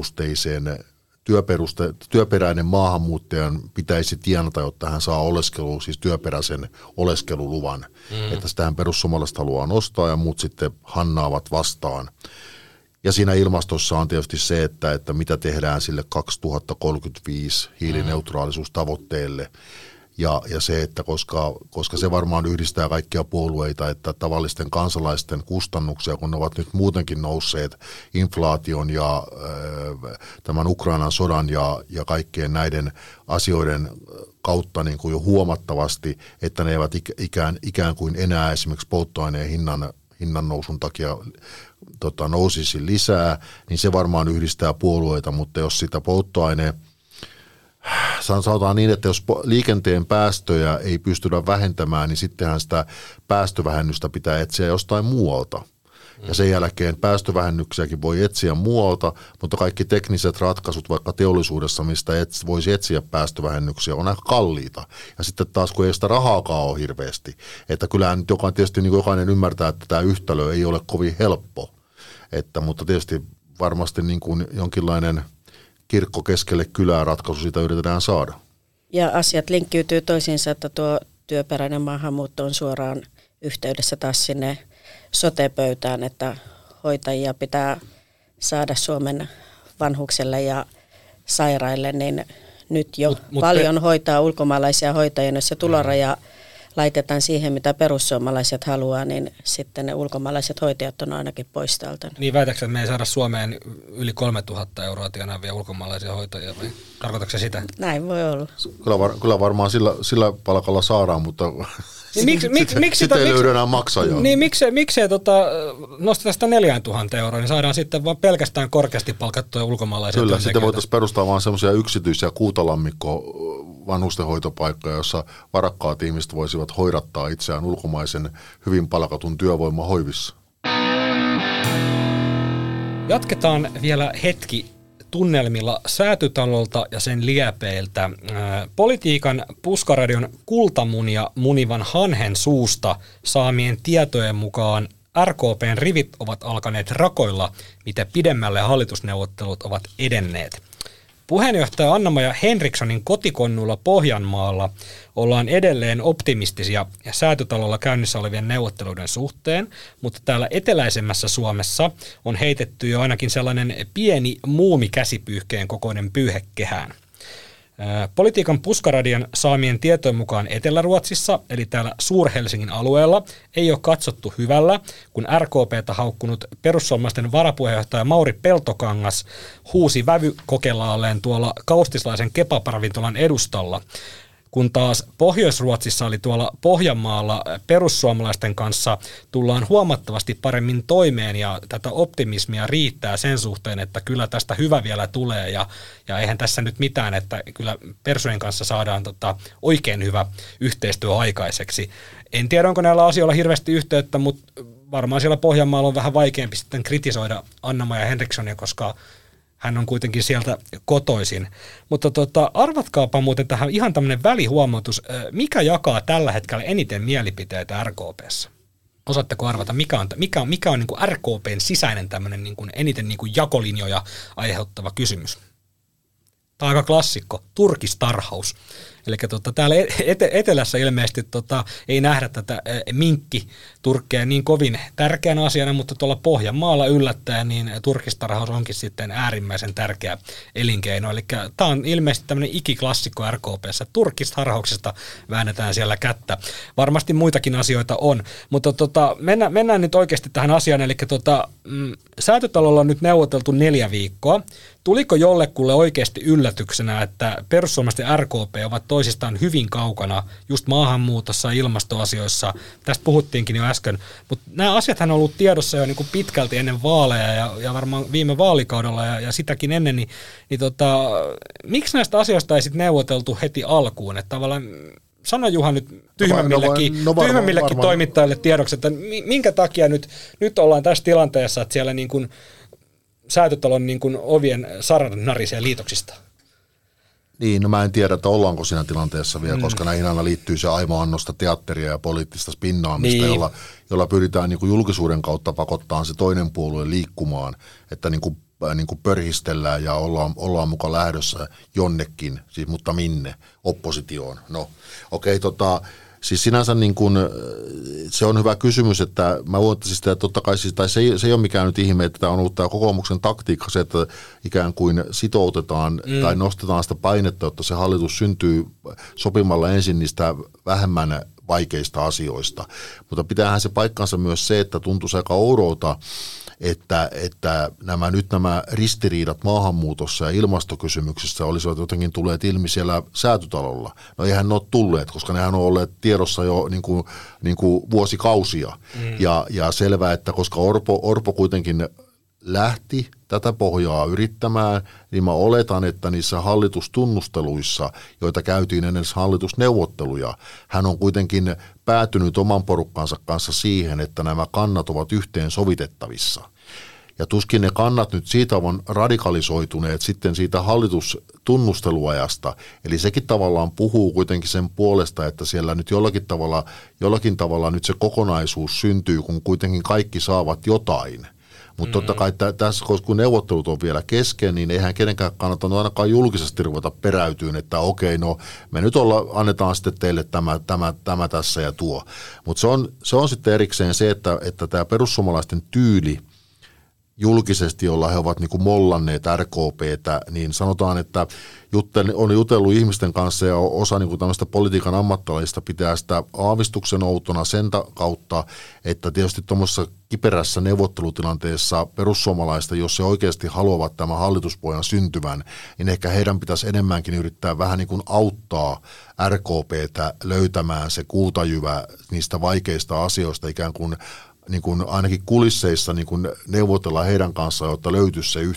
Speaker 4: työperäinen maahanmuuttajan pitäisi tienata, jotta hän saa siis työperäisen oleskeluluvan. Että sitähän perussuomalaiset haluaa nostaa ja muut sitten hannaavat vastaan. Ja siinä ilmastossa on tietysti se, että mitä tehdään sille 2035 hiilineutraalisuustavoitteelle. Ja se, että koska se varmaan yhdistää kaikkia puolueita, että tavallisten kansalaisten kustannuksia, kun ne ovat nyt muutenkin nousseet inflaation ja tämän Ukrainan sodan ja kaikkien näiden asioiden kautta niin kuin jo huomattavasti, että ne eivät ikään kuin enää esimerkiksi polttoaineen hinnan nousun takia nousisi lisää, niin se varmaan yhdistää puolueita, mutta jos sitä sanotaan niin, että jos liikenteen päästöjä ei pystytä vähentämään, niin sittenhän sitä päästövähennystä pitää etsiä jostain muualta. Ja sen jälkeen päästövähennyksiäkin voi etsiä muualta, mutta kaikki tekniset ratkaisut vaikka teollisuudessa, mistä voisi etsiä päästövähennyksiä, on aika kalliita. Ja sitten taas, kun ei sitä rahaakaan ole hirveästi. Että kyllähän nyt tietysti niin jokainen ymmärtää, että tämä yhtälö ei ole kovin helppo. Mutta tietysti varmasti niin kuin jonkinlainen kirkko keskelle kylää ratkaisu siitä yritetään saada.
Speaker 3: Ja asiat linkkiytyy toisiinsa, että tuo työperäinen maahanmuutto on suoraan yhteydessä taas sinne sote-pöytään, että hoitajia pitää saada Suomen vanhukselle ja sairaille, niin nyt jo paljon hoitaa ulkomaalaisia hoitajia, jos se tuloraja laitetaan siihen, mitä perussuomalaiset haluaa, niin sitten ne ulkomaalaiset hoitajat on ainakin pois täältä.
Speaker 2: Niin väitätkö, että me ei saada Suomeen yli 3000 euroa tienaavia ulkomaalaisia hoitajia, vai tarkoitatko se sitä?
Speaker 3: Näin voi olla.
Speaker 4: Kyllä varmaan sillä palkalla saadaan, mutta sitten ei löydä enää maksajaa.
Speaker 2: Niin miksei nosteta sitä 4000 euroa, niin saadaan sitten vaan pelkästään korkeasti palkattuja ulkomaalaisia
Speaker 4: Kyllä,
Speaker 2: työntekijöitä.
Speaker 4: sitten voitaisiin perustaa vaan semmoisia yksityisiä kuutalammikko vanhustenhoitopaikkoja, jossa varakkaat ihmiset voisivat hoidattaa itseään ulkomaisen hyvin palkatun työvoiman hoivissa.
Speaker 2: Jatketaan vielä hetki tunnelmilla Säätytalolta ja sen liepeiltä. Politiikan puskaradion kultamunia munivan hanhen suusta saamien tietojen mukaan RKP:n rivit ovat alkaneet rakoilla, mitä pidemmälle hallitusneuvottelut ovat edenneet. Puheenjohtaja Anna-Maja Henrikssonin kotikonnulla Pohjanmaalla ollaan edelleen optimistisia ja Säätytalolla käynnissä olevien neuvotteluiden suhteen, mutta täällä eteläisemmässä Suomessa on heitetty jo ainakin sellainen pieni muumikäsipyyhkeen kokoinen pyyhekehään. Politiikan puskaradion saamien tietojen mukaan Etelä-Ruotsissa, eli täällä Suur-Helsingin alueella, ei ole katsottu hyvällä, kun RKP:tä haukkunut perussuomalaisten varapuheenjohtaja Mauri Peltokangas huusi vävykokelaalleen tuolla kaustislaisen kebab-ravintolan edustalla. Kun taas Pohjois-Ruotsissa oli tuolla Pohjanmaalla perussuomalaisten kanssa tullaan huomattavasti paremmin toimeen ja tätä optimismia riittää sen suhteen, että kyllä tästä hyvä vielä tulee ja eihän tässä nyt mitään, että kyllä persujen kanssa saadaan oikein hyvä yhteistyö aikaiseksi. En tiedä, onko näillä asioilla hirveästi yhteyttä, mutta varmaan siellä Pohjanmaalla on vähän vaikeampi sitten kritisoida Anna-Maja Henrikssonia, koska hän on kuitenkin sieltä kotoisin. Mutta arvatkaapa muuten tähän ihan tämmöinen välihuomautus, mikä jakaa tällä hetkellä eniten mielipiteitä RKP:ssä? Osaatteko arvata, mikä on niin kuin RKP:n sisäinen tämmöinen niin kuin eniten niin kuin jakolinjoja aiheuttava kysymys? Tämä on aika klassikko, turkistarhaus. Eli täällä etelässä ilmeisesti ei nähdä tätä minkkiturkkeja niin kovin tärkeänä asiana, mutta tuolla Pohjanmaalla yllättäen niin turkistarhaus onkin sitten äärimmäisen tärkeä elinkeino. Eli tämä on ilmeisesti tämmöinen ikiklassikko RKP:ssä. Turkistarhauksesta väännetään siellä kättä. Varmasti muitakin asioita on, mutta mennään nyt oikeasti tähän asiaan. Eli Säätytalolla on nyt neuvoteltu 4 viikkoa. Tuliko jollekulle oikeasti yllätyksenä, että perussuomalaiset ja RKP ovat toisistaan hyvin kaukana just maahanmuutossa ja ilmastoasioissa? Tästä puhuttiinkin jo äsken, mutta nämä asiathan on ollut tiedossa jo niin kuin pitkälti ennen vaaleja ja varmaan viime vaalikaudella ja sitäkin ennen, niin miksi näistä asioista ei sitten neuvoteltu heti alkuun? Että tavallaan sano Juha nyt tyhmemmillekin toimittajille tiedoksi, että minkä takia nyt ollaan tässä tilanteessa, että siellä niin kuin Säätytalon niin kuin ovien saran narisee liitoksista?
Speaker 4: Niin, no mä en tiedä, että ollaanko siinä tilanteessa vielä, koska näihin aina liittyy se aimoannosta teatteria ja poliittista spinnaamista, niin, jolla pyritään niin kuin julkisuuden kautta pakottaa se toinen puolue liikkumaan, että niin kuin pörhistellään ja ollaan mukaan lähdössä jonnekin, siis mutta minne, oppositioon. No okei, siis sinänsä niin kuin, se on hyvä kysymys, että mä huomasin sitä, että totta kai siis, tai se ei ole mikään nyt ihme, että tämä on ollut tämä kokoomuksen taktiikka se, että ikään kuin sitoutetaan tai nostetaan sitä painetta, jotta se hallitus syntyy sopimalla ensin niistä vähemmän vaikeista asioista. Mutta pitäähän se paikkansa myös se, että tuntuu aika oudolta, että nämä ristiriidat maahanmuutossa ja ilmastokysymyksissä olisivat jotenkin tulleet ilmi siellä Säätytalolla. No eihän ne ole tulleet, koska nehän on olleet tiedossa jo niin kuin vuosikausia. Ja selvää, että koska Orpo kuitenkin lähti tätä pohjaa yrittämään, niin mä oletan, että niissä hallitustunnusteluissa, joita käytiin ennen hallitusneuvotteluja, hän on kuitenkin päätynyt oman porukkansa kanssa siihen, että nämä kannat ovat yhteen sovitettavissa. Ja tuskin ne kannat nyt siitä on radikalisoituneet sitten siitä hallitustunnusteluajasta. Eli sekin tavallaan puhuu kuitenkin sen puolesta, että siellä nyt jollakin tavalla nyt se kokonaisuus syntyy, kun kuitenkin kaikki saavat jotain. Mutta totta kai tässä, kun neuvottelut on vielä kesken, niin eihän kenenkään kannata ainakaan julkisesti ruveta peräytyyn, että okei, no me nyt annetaan sitten teille tämä tässä ja tuo. Mutta se on sitten erikseen se, että tämä perussuomalaisten tyyli julkisesti, jolla he ovat niin kuin mollanneet RKP:tä, niin sanotaan, että on jutellut ihmisten kanssa ja osa niin kuin tämmöistä politiikan ammattilaisista pitää sitä aavistuksen outona sen kautta, että tietysti tuommoisessa kiperässä neuvottelutilanteessa perussuomalaista, jos se oikeasti haluavat tämän hallituspohjan syntyvän, niin ehkä heidän pitäisi enemmänkin yrittää vähän niin kuin auttaa RKP:tä löytämään se kultajyvä niistä vaikeista asioista ikään kuin niin kuin ainakin kulisseissa niin kuin neuvotella heidän kanssaan, jotta löytyisi se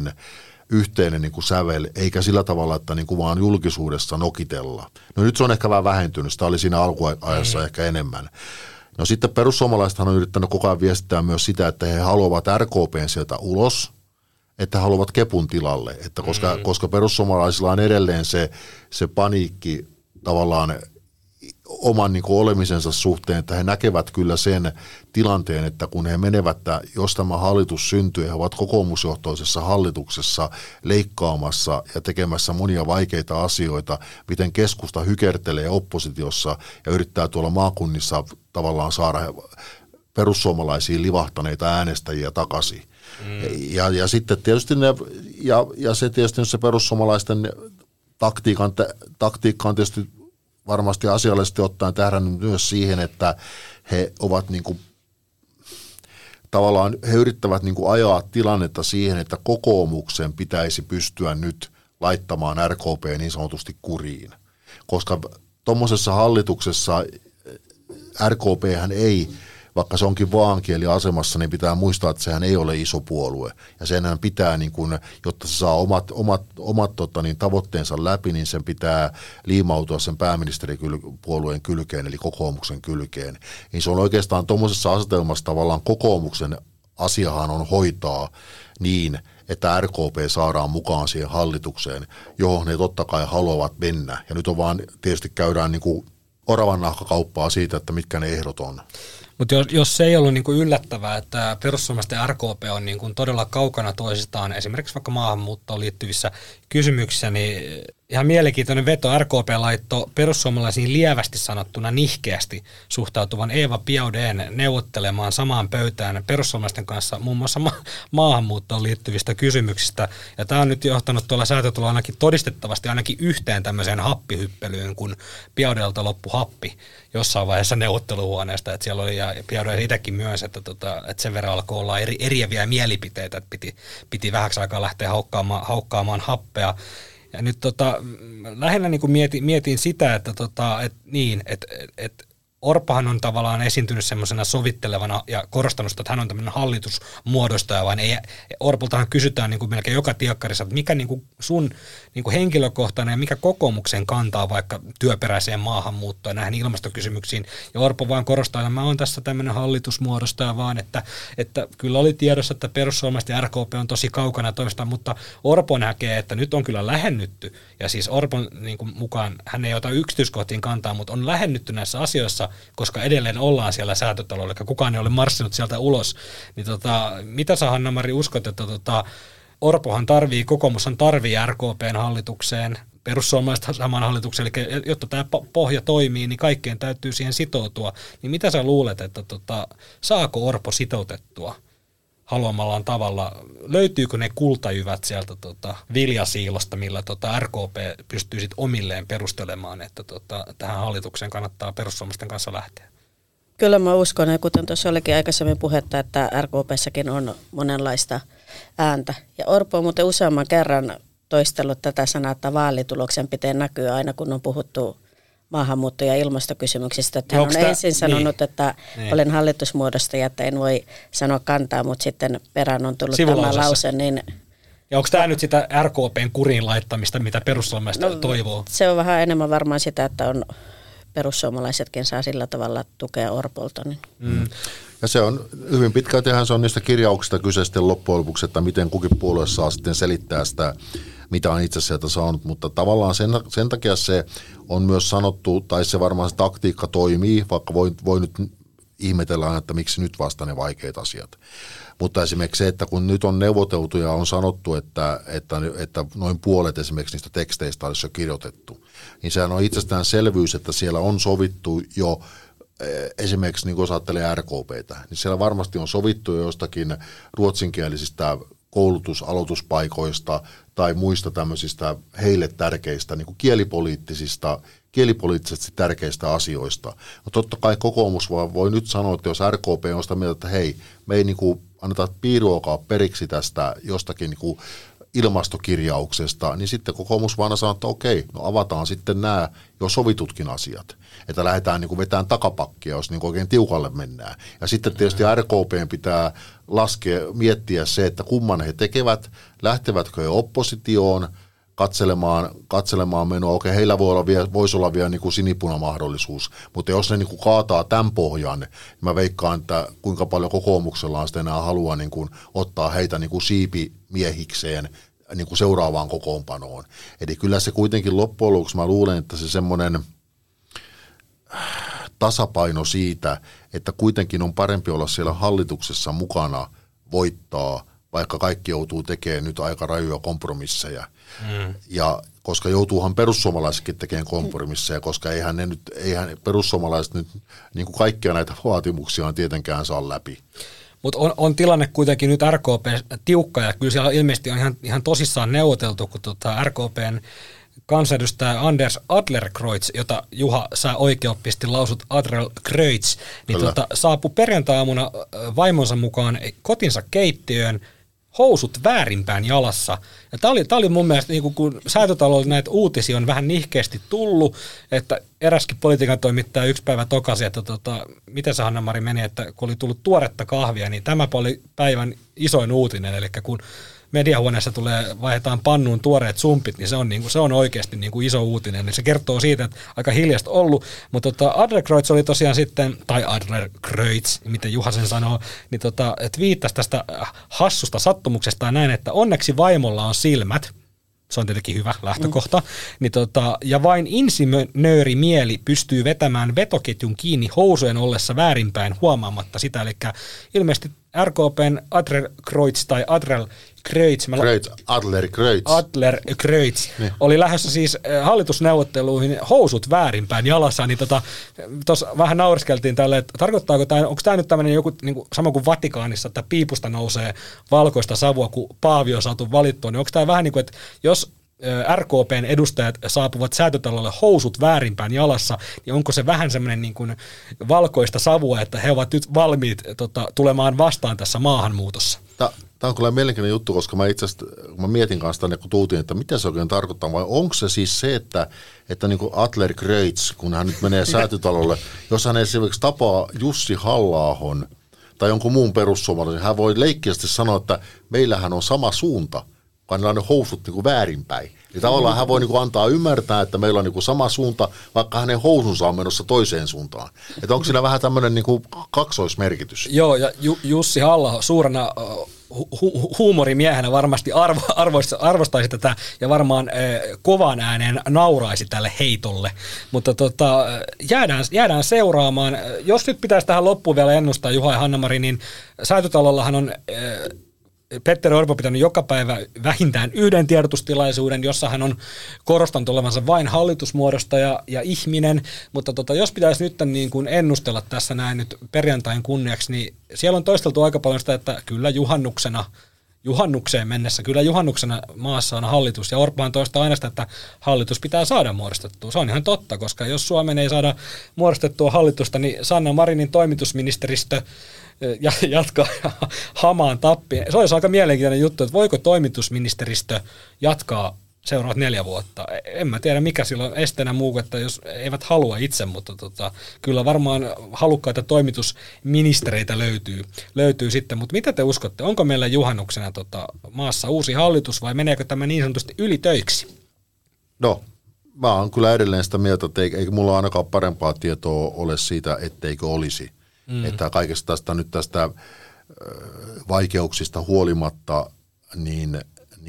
Speaker 4: yhteinen niin kuin sävel, eikä sillä tavalla, että niin kuin vaan julkisuudessa nokitella. No nyt se on ehkä vähän vähentynyt, sitä oli siinä alkuajassa ehkä enemmän. No sitten perussuomalaisethan on yrittänyt koko ajan viestittää myös sitä, että he haluavat RKPn sieltä ulos, että he haluavat kepun tilalle, että koska perussuomalaisilla on edelleen se paniikki tavallaan oman niin kuin olemisensa suhteen, että he näkevät kyllä sen tilanteen, että kun he menevät, jos tämä hallitus syntyy, he ovat kokoomusjohtoisessa hallituksessa leikkaamassa ja tekemässä monia vaikeita asioita, miten keskusta hykertelee oppositiossa ja yrittää tuolla maakunnissa tavallaan saada perussuomalaisiin livahtaneita äänestäjiä takaisin. Ja sitten tietysti se tietysti se perussuomalaisten taktiikka on tietysti varmasti asiallisesti ottaen tähdännyt myös siihen, että he ovat niin kuin, tavallaan he yrittävät niin kuin ajaa tilannetta siihen, että kokoomuksen pitäisi pystyä nyt laittamaan RKP niin sanotusti kuriin. Koska tuommoisessa hallituksessa RKPhän ei vaikka se onkin vaankieliasemassa, niin pitää muistaa, että sehän ei ole iso puolue. Ja senhän pitää, niin kun, jotta se saa omat tavoitteensa läpi, niin sen pitää liimautua sen pääministeripuolueen kylkeen, eli kokoomuksen kylkeen. Niin se on oikeastaan tuommoisessa asetelmassa tavallaan kokoomuksen asiahan on hoitaa niin, että RKP saadaan mukaan siihen hallitukseen, johon ne totta kai haluavat mennä. Ja nyt on vaan, tietysti käydään niin kuin oravan nahkakauppaa siitä, että mitkä ne ehdot on.
Speaker 2: Mutta jos se ei ollut niinku yllättävää, että perussuomalaiset ja RKP on niinku todella kaukana toisistaan, esimerkiksi vaikka maahanmuuttoon liittyvissä kysymyksissä, niin ihan mielenkiintoinen veto. RKP laittoi perussuomalaisiin lievästi sanottuna nihkeästi suhtautuvan Eva Biaudet'n neuvottelemaan samaan pöytään perussuomalaisten kanssa muun muassa maahanmuuttoon liittyvistä kysymyksistä. Ja tämä on nyt johtanut tuolla Säätytalolla ainakin todistettavasti ainakin yhteen tämmöiseen happihyppelyyn, kun Biaudetlta loppui happi jossain vaiheessa neuvotteluhuoneesta, että siellä oli, ja Biaudet itsekin myös, että sen verran alkoi olla eriäviä mielipiteitä, että piti vähäksi aikaa lähteä haukkaamaan happea. Ja nyt lähinnä niin kuin mietin sitä, että Orpohan on tavallaan esiintynyt semmoisena sovittelevana ja korostanut sitä, että hän on tämmöinen hallitusmuodostaja, vaan Orpoltahan kysytään niin kuin melkein joka tiekkarissa, että mikä niin kuin sun niin kuin henkilökohtainen ja mikä kokoomuksen kantaa vaikka työperäiseen maahanmuuttoon näihin ilmastokysymyksiin. Ja Orpo vaan korostaa, että mä oon tässä tämmöinen hallitusmuodostaja vaan, että kyllä oli tiedossa, että perussuomalaiset ja RKP on tosi kaukana toistaan, mutta Orpo näkee, että nyt on kyllä lähennytty. Ja siis Orpon niin kuin mukaan, hän ei ota yksityiskohtiin kantaa, mutta on lähennytty näissä asioissa, koska edelleen ollaan siellä Säätytalolla, eli kukaan ei ole marssinut sieltä ulos. Niin mitä sä, Hanna-Mari, uskot, että Orpohan kokoomushan tarvii RKPn hallitukseen, perussuomalaiset saman hallitukseen, eli jotta tämä pohja toimii, niin kaikkeen täytyy siihen sitoutua. Niin mitä sä luulet, että saako Orpo sitoutettua haluamallaan tavalla? Löytyykö ne kultajyvät sieltä viljasiilosta, millä RKP pystyy sit omilleen perustelemaan, että tähän hallitukseen kannattaa perussuomalaisten kanssa lähteä?
Speaker 3: Kyllä mä uskon, ja kuten tuossa olikin aikaisemmin puhetta, että RKPssäkin on monenlaista ääntä. Ja Orpo on muuten useamman kerran toistellut tätä sanaa, että vaalituloksen pitää näkyä aina, kun on puhuttu maahanmuutto- ja ilmastokysymyksistä. Että hän on ensin sanonut, että olen hallitusmuodostaja, että en voi sanoa kantaa, mutta sitten perään on tullut tämä lause. Niin
Speaker 2: ja onko tämä nyt sitä RKPn kuriin laittamista, mitä perussuomalaiset toivoo?
Speaker 3: Se on vähän enemmän varmaan sitä, että on perussuomalaisetkin saa sillä tavalla tukea Orpolta. Niin.
Speaker 4: Ja se on hyvin pitkältihän se on niistä kirjauksista kyse sitten loppujen lopuksi, että miten kukin puolue saa sitten selittää sitä, mitä on itse sieltä saanut, mutta tavallaan sen takia se on myös sanottu, tai se varmaan se taktiikka toimii, vaikka voi nyt ihmetellä, että miksi nyt vasta ne vaikeat asiat. Mutta esimerkiksi se, että kun nyt on neuvoteltu ja on sanottu, että noin puolet esimerkiksi niistä teksteistä olisi jo kirjoitettu, niin sehän on itsestäänselvyys, että siellä on sovittu jo esimerkiksi, niin kuin jos ajattelee RKPtä, niin siellä varmasti on sovittu jo jostakin ruotsinkielisistä koulutusaloituspaikoista tai muista tämmöisistä heille tärkeistä niin kuin kielipoliittisesti tärkeistä asioista. No totta kai kokoomus voi nyt sanoa, että jos RKP on sitä mieltä, että hei, me ei niin kuin anneta piiruakaan periksi tästä jostakin niin kuin ilmastokirjauksesta, niin sitten kokoomus vaan sanoo, että okei, no avataan sitten nämä jo sovitutkin asiat. Että lähdetään niin kuin vetämään takapakkia, jos niin kuin oikein tiukalle mennään. Ja sitten tietysti RKPn pitää miettiä se, että kumman he tekevät, lähtevätkö he oppositioon katselemaan menoa. Okei, heillä voisi olla vielä niin kuin sinipunamahdollisuus, mutta jos ne niin kuin kaataa tämän pohjan, niin mä veikkaan, että kuinka paljon kokoomuksella on sitten enää halua niin kuin ottaa heitä niin kuin siipimiehikseen niin kuin seuraavaan kokoonpanoon. Eli kyllä se kuitenkin loppujen lopuksi mä luulen, että se semmoinen tasapaino siitä, että kuitenkin on parempi olla siellä hallituksessa mukana voittaa, vaikka kaikki joutuu tekemään nyt aika rajuja kompromisseja. Ja koska joutuuhan perussuomalaisetkin tekemään kompromisseja, koska eihän perussuomalaiset nyt niin kuin kaikkia näitä vaatimuksia tietenkään saa läpi.
Speaker 2: Mutta on tilanne kuitenkin nyt RKP tiukka, ja kyllä siellä ilmeisesti on ihan tosissaan neuvoteltu, kun RKPn kansanedustaja Anders Adlercreutz, jota Juha sä oikeoppisesti lausut Adlercreutz, niin saapui perjantai-aamuna vaimonsa mukaan kotinsa keittiöön housut väärinpäin jalassa. Ja tämä oli mun mielestä, niin kun Säätytalolla näitä uutisia on vähän nihkeästi tullut, että eräskin politiikan toimittaja yksi päivä tokasi, että miten se Hanna-Mari meni, että kun oli tullut tuoretta kahvia, niin tämä oli päivän isoin uutinen, eli kun mediahuoneessa vaihdetaan pannuun tuoreet sumpit, niin se on oikeasti niin kuin iso uutinen. Niin se kertoo siitä, että aika hiljaista ollut. Mutta Adlercreutz oli tosiaan sitten, tai Adlercreutz, miten Juha sen sanoo, niin että viittasi tästä hassusta sattumuksesta ja näin, että onneksi vaimolla on silmät. Se on tietenkin hyvä lähtökohta. Niin ja vain insinöörimieli pystyy vetämään vetoketjun kiinni housujen ollessa väärinpäin huomaamatta sitä. Eli ilmeisesti RKPn Adlercreutz tai Adlercreutz oli lähdössä siis hallitusneuvotteluihin housut väärinpäin jalassa, niin tuossa vähän nauriskeltiin tälle, että tarkoittaako tämä, onko tämä nyt tämmöinen joku, niin kuin, sama kuin Vatikaanissa, että piipusta nousee valkoista savua, kun paavi on saatu valittua, niin onko tämä vähän niin kuin, että jos RKPn edustajat saapuvat Säätytalolle housut väärinpäin jalassa, niin onko se vähän semmoinen niin kuin valkoista savua, että he ovat nyt valmiit tulemaan vastaan tässä maahanmuutossa?
Speaker 4: Tämä on kyllä mielenkiintoinen juttu, koska mä itse asiassa mä mietin kanssa tänne, kun tultiin, että mitä se oikein tarkoittaa, vai onko se siis se, että niin kuin Adlercreutz, kun hän nyt menee Säätytalolle, jos hän esimerkiksi tapaa Jussi Halla-ahon tai jonkun muun perussuomalaisen, hän voi leikkiästi sanoa, että meillähän on sama suunta, vaan on ne housut niin kuin väärinpäin. Eli tavallaan hän voi niin kuin antaa ymmärtää, että meillä on niin kuin sama suunta, vaikka hänen housunsa on menossa toiseen suuntaan. Että onko siinä vähän tämmöinen niin kuin kaksoismerkitys?
Speaker 2: Joo, ja Jussi Halla-aho suurena huumorimiehenä varmasti arvostaisi tätä ja varmaan kovan ääneen nauraisi tälle heitolle. Mutta jäädään seuraamaan. Jos nyt pitäisi tähän loppuun vielä ennustaa, Juha ja Hanna-Mari, niin Säätytalollahan on Petteri Orpo pitänyt joka päivä vähintään yhden tiedotustilaisuuden, jossa hän on korostanut olevansa vain hallitusmuodostaja ja ihminen, mutta jos pitäisi nyt niin kuin ennustella tässä näin nyt perjantain kunniaksi, niin siellä on toisteltu aika paljon sitä, että kyllä juhannukseen mennessä, kyllä juhannuksena maassa on hallitus, ja Orpohan toistaa aina sitä, että hallitus pitää saada muodostettua. Se on ihan totta, koska jos Suomen ei saada muodostettua hallitusta, niin Sanna Marinin toimitusministeristö jatkaa hamaan tappiin. Se olisi aika mielenkiintoinen juttu, että voiko toimitusministeristö jatkaa seuraavat 4 vuotta. En mä tiedä, mikä silloin esteenä muu, että jos eivät halua itse, mutta kyllä varmaan halukkaita toimitusministereitä löytyy sitten. Mutta mitä te uskotte, onko meillä juhannuksena maassa uusi hallitus vai meneekö tämä niin sanotusti ylitöiksi?
Speaker 4: No, mä oon kyllä edelleen sitä mieltä, että eikä mulla ainakaan parempaa tietoa ole siitä, etteikö olisi. Että kaikesta tästä vaikeuksista huolimatta, niin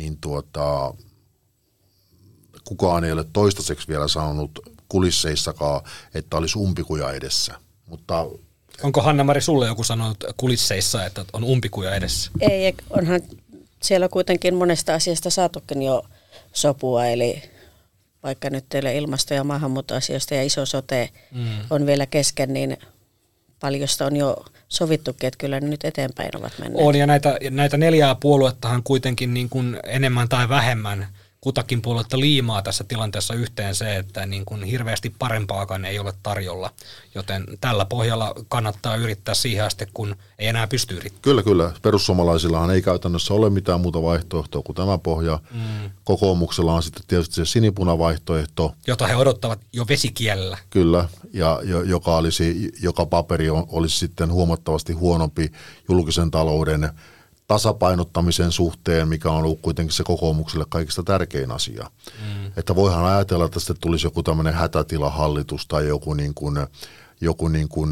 Speaker 4: kukaan ei ole toistaiseksi vielä sanonut kulisseissakaan, että olisi umpikuja edessä. Mutta
Speaker 2: onko Hanna-Mari sulle joku sanonut kulisseissa, että on umpikuja edessä?
Speaker 3: Ei, onhan siellä kuitenkin monesta asiasta saatukin jo sopua, eli vaikka nyt teille ilmasto- ja maahanmuuttoasioista ja iso sote on vielä kesken, niin paljosta on jo sovittukin, että kyllä ne nyt eteenpäin ovat menneet.
Speaker 2: On, ja näitä 4 puoluettahan kuitenkin niin kuin enemmän tai vähemmän kutakin puoluetta liimaa tässä tilanteessa yhteen se, että niin kuin hirveästi parempaakaan ei ole tarjolla, joten tällä pohjalla kannattaa yrittää siihen asti, kun ei enää pysty yrittämään.
Speaker 4: Kyllä. Perussuomalaisillahan ei käytännössä ole mitään muuta vaihtoehtoa kuin tämä pohja. Kokoomuksella on sitten tietysti se sinipuna-vaihtoehto,
Speaker 2: jota he odottavat jo vesikielellä.
Speaker 4: Kyllä, ja joka paperi olisi sitten huomattavasti huonompi julkisen talouden tasapainottamisen suhteen, mikä on ollut kuitenkin se kokoomukselle kaikista tärkein asia. Että voihan ajatella, että sitten tulisi joku tämmöinen hätätilahallitus tai joku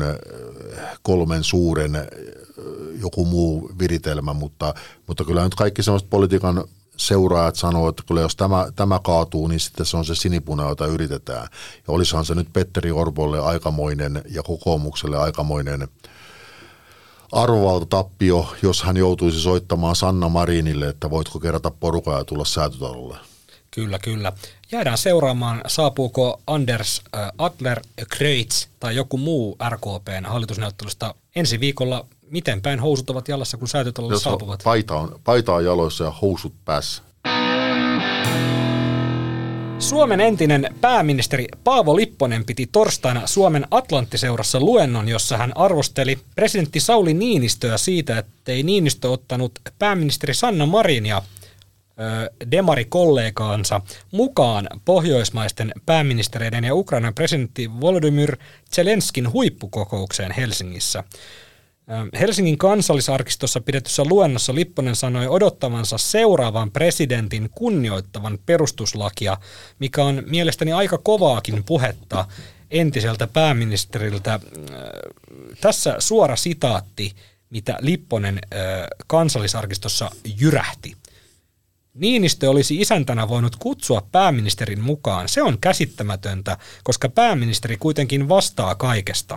Speaker 4: 3 suuren joku muu viritelmä, mutta kyllä nyt kaikki sellaiset politiikan seuraajat sanoo, että kyllä jos tämä kaatuu, niin sitten se on se sinipuna, jota yritetään. Ja olisihan se nyt Petteri Orpolle aikamoinen ja kokoomukselle aikamoinen arvovaltatappio, jos hän joutuisi soittamaan Sanna Marinille, että voitko kerätä porukaa ja tulla Säätytalolle.
Speaker 2: Kyllä. Jäädään seuraamaan, saapuuko Anders Adlercreutz tai joku muu RKPn hallitusneuvottelusta ensi viikolla. Miten päin housut ovat jalassa, kun Säätytalolle saapuvat?
Speaker 4: Paita on jaloissa ja housut päässä.
Speaker 2: Suomen entinen pääministeri Paavo Lipponen piti torstaina Suomen Atlantti-seurassa luennon, jossa hän arvosteli presidentti Sauli Niinistöä siitä, ettei Niinistö ottanut pääministeri Sanna Marinia demarikollegaansa mukaan pohjoismaisten pääministereiden ja Ukrainan presidentti Volodymyr Zelenskin huippukokoukseen Helsingissä. Helsingin kansallisarkistossa pidetyssä luennossa Lipponen sanoi odottavansa seuraavan presidentin kunnioittavan perustuslakia, mikä on mielestäni aika kovaakin puhetta entiseltä pääministeriltä. Tässä suora sitaatti, mitä Lipponen kansallisarkistossa jyrähti. Niinistö olisi isäntänä voinut kutsua pääministerin mukaan. Se on käsittämätöntä, koska pääministeri kuitenkin vastaa kaikesta.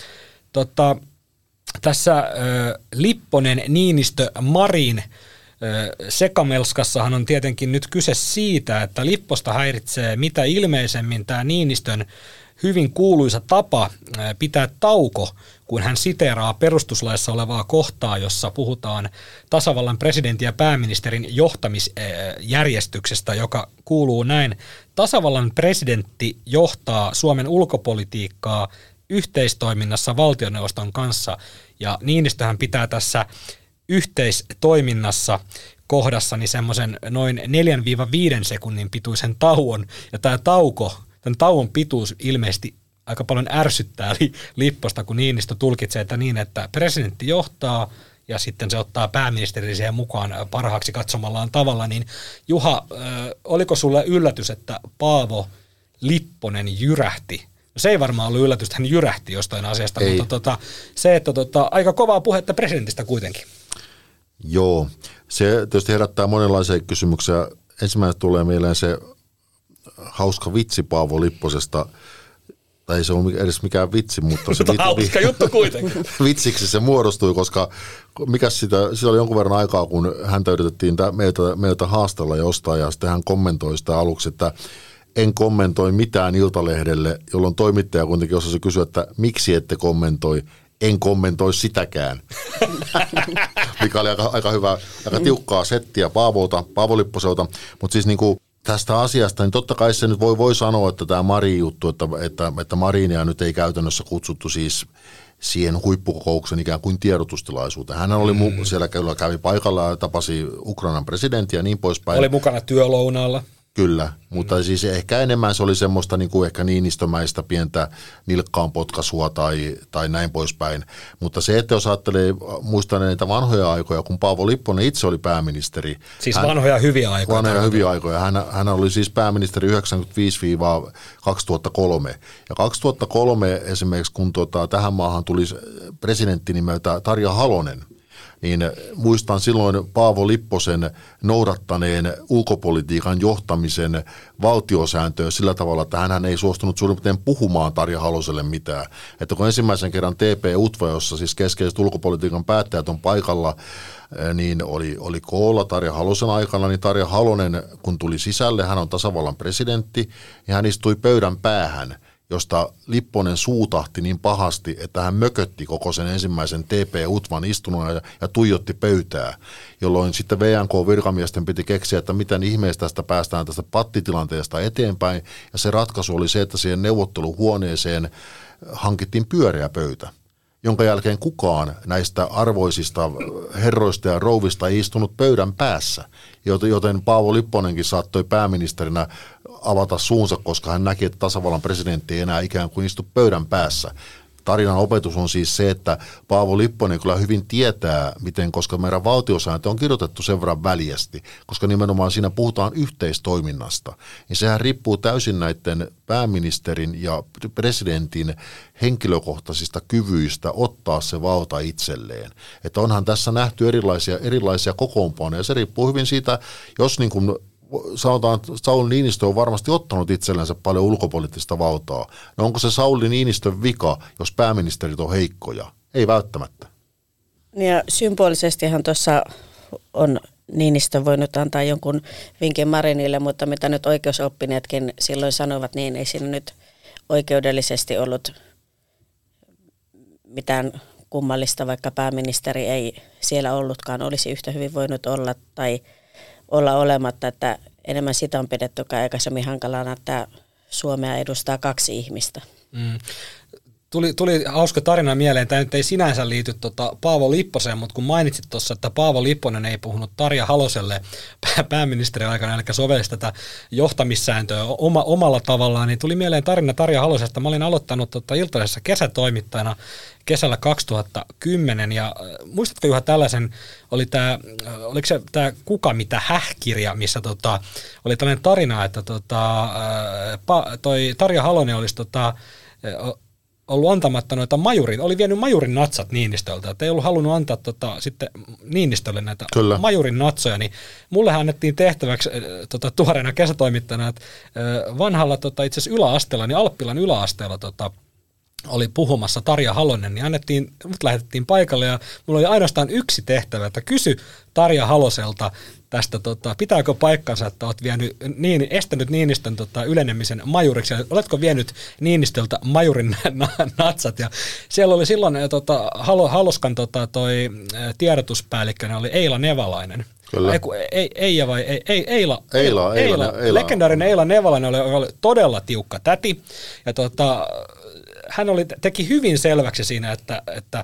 Speaker 2: Tässä Lipponen, Niinistö, Marin sekamelskassahan on tietenkin nyt kyse siitä, että Lipposta häiritsee mitä ilmeisemmin tämä Niinistön hyvin kuuluisa tapa pitää tauko, kun hän siteeraa perustuslaissa olevaa kohtaa, jossa puhutaan tasavallan presidentin ja pääministerin johtamisjärjestyksestä, joka kuuluu näin. Tasavallan presidentti johtaa Suomen ulkopolitiikkaa yhteistoiminnassa valtioneuvoston kanssa, ja Niinistöhän pitää tässä yhteistoiminnassa kohdassani semmoisen noin 4-5 sekunnin pituisen tauon, ja tämän tauon pituus ilmeisesti aika paljon ärsyttää Lipposta, kun Niinistö tulkitsee että niin, että presidentti johtaa, ja sitten se ottaa pääministerin siihen mukaan parhaaksi katsomallaan tavalla, niin Juha, oliko sulle yllätys, että Paavo Lipponen jyrähti? Se ei varmaan ollut yllätys, että hän jyrähti jostain asiasta, ei. Mutta se, että aika kovaa puhetta presidentistä kuitenkin.
Speaker 4: Joo, se tietysti herättää monenlaisia kysymyksiä. Ensimmäisenä tulee mieleen se hauska vitsi Paavo Lipposesta, tai ei se ole edes mikään vitsi, mutta se
Speaker 2: hauska juttu kuitenkin.
Speaker 4: Vitsiksi se muodostui, koska sitä oli jonkun verran aikaa, kun häntä yritettiin meiltä haastella jostain, ja sitten hän kommentoi sitä aluksi, että en kommentoi mitään Iltalehdelle, jolloin toimittaja kuitenkin osasi kysyä, että miksi ette kommentoi, en kommentoi sitäkään. Mikä oli aika hyvä, aika tiukkaa settiä Paavo Lipposelta, mutta siis niinku tästä asiasta, niin totta kai se nyt voi sanoa, että tämä Marin-juttu, että Marinia nyt ei käytännössä kutsuttu siis siihen huippukokouksen ikään kuin tiedotustilaisuuteen. Hän oli siellä kävi paikalla ja tapasi Ukrainan presidentin ja niin poispäin.
Speaker 2: Oli mukana työlounaalla.
Speaker 4: Kyllä, mutta siis ehkä enemmän se oli semmoista niin kuin ehkä niinistömäistä pientä nilkkaan potkaisua tai näin poispäin. Mutta se, että jos ajattelee, muistan näitä vanhoja aikoja, kun Paavo Lipponen itse oli pääministeri.
Speaker 2: Siis vanhoja hyviä aikoja.
Speaker 4: Vanhoja hyviä aikoja. Hän oli siis pääministeri 1995-2003. Ja 2003 esimerkiksi, kun tähän maahan tuli presidentti nimeltä Tarja Halonen, niin muistan silloin Paavo Lipposen noudattaneen ulkopolitiikan johtamisen valtiosääntöä sillä tavalla, että hän ei suostunut suurin piirtein puhumaan Tarja Haloselle mitään. Että kun ensimmäisen kerran TP-UTVA, jossa siis keskeiset ulkopolitiikan päättäjät on paikalla, niin oli koolla Tarja Halosen aikana, niin Tarja Halonen, kun tuli sisälle, hän on tasavallan presidentti, ja hän istui pöydän päähän, josta Lipponen suutahti niin pahasti, että hän mökötti koko sen ensimmäisen TP-UTVAn istunnon ja tuijotti pöytää, jolloin sitten VNK-virkamiesten piti keksiä, että miten ihmeestä tästä päästään tästä pattitilanteesta eteenpäin, ja se ratkaisu oli se, että siihen neuvotteluhuoneeseen hankittiin pyöreä pöytä, jonka jälkeen kukaan näistä arvoisista herroista ja rouvista ei istunut pöydän päässä, joten Paavo Lipponenkin saattoi pääministerinä avata suunsa, koska hän näki, että tasavallan presidentti ei enää ikään kuin istu pöydän päässä. Tarinan opetus on siis se, että Paavo Lipponen kyllä hyvin tietää, miten, koska meidän valtiosääntö on kirjoitettu sen verran väljästi, koska nimenomaan siinä puhutaan yhteistoiminnasta, niin sehän riippuu täysin näiden pääministerin ja presidentin henkilökohtaisista kyvyistä ottaa se valta itselleen. Että onhan tässä nähty erilaisia kokoonpanoja, se riippuu hyvin siitä, jos niin kuin sanotaan, Sauli Niinistö on varmasti ottanut itsellensä paljon ulkopoliittista valtaa. No onko se Sauli Niinistön vika, jos pääministerit on heikkoja? Ei välttämättä.
Speaker 3: Ja symbolisestihan tuossa on Niinistö voinut antaa jonkun vinkin Marinille, mutta mitä nyt oikeusoppineetkin silloin sanovat, niin ei siinä nyt oikeudellisesti ollut mitään kummallista, vaikka pääministeri ei siellä ollutkaan, olisi yhtä hyvin voinut olla tai olla olematta, että enemmän sitä on pidetty aikaisemmin hankalana, että Suomea edustaa 2 ihmistä.
Speaker 2: Tuli hauska tarina mieleen, tämä nyt ei sinänsä liity Paavo Lipposeen, mutta kun mainitsit tuossa, että Paavo Lipponen ei puhunut Tarja Haloselle pääministerin aikana, eli sovelsi tätä johtamissääntöä omalla tavallaan, niin tuli mieleen tarina Tarja Halosesta. Mä olin aloittanut Iltalehdessä kesätoimittajana kesällä 2010, ja muistatko Juha tällaisen, oliko se tämä Kuka mitä häh-kirja, missä oli tällainen tarina, että toi Tarja Halonen olisi ollut antamatta noita oli vienyt majurin natsat Niinistöltä, että ei ollut halunnut antaa sitten Niinistölle näitä Kyllä. majurin natsoja, niin mullehan annettiin tehtäväksi tuoreena kesätoimittajana, että vanhalla itse asiassa yläasteella, niin Alppilan yläasteella oli puhumassa Tarja Halonen, niin mut lähetettiin paikalle ja mulla oli ainoastaan yksi tehtävä, että kysy Tarja Haloselta tästä, pitääkö paikkansa, että olet estänyt Niinistön ylenemisen majuriksi, ja oletko vienyt Niinistöltä majurin natsat, ja siellä oli silloin Haloskan toi tiedotuspäällikkönä oli Eila Nevalainen. Kyllä. Eila. Legendaarinen Eila Nevalainen oli todella tiukka täti, ja hän teki hyvin selväksi siinä, että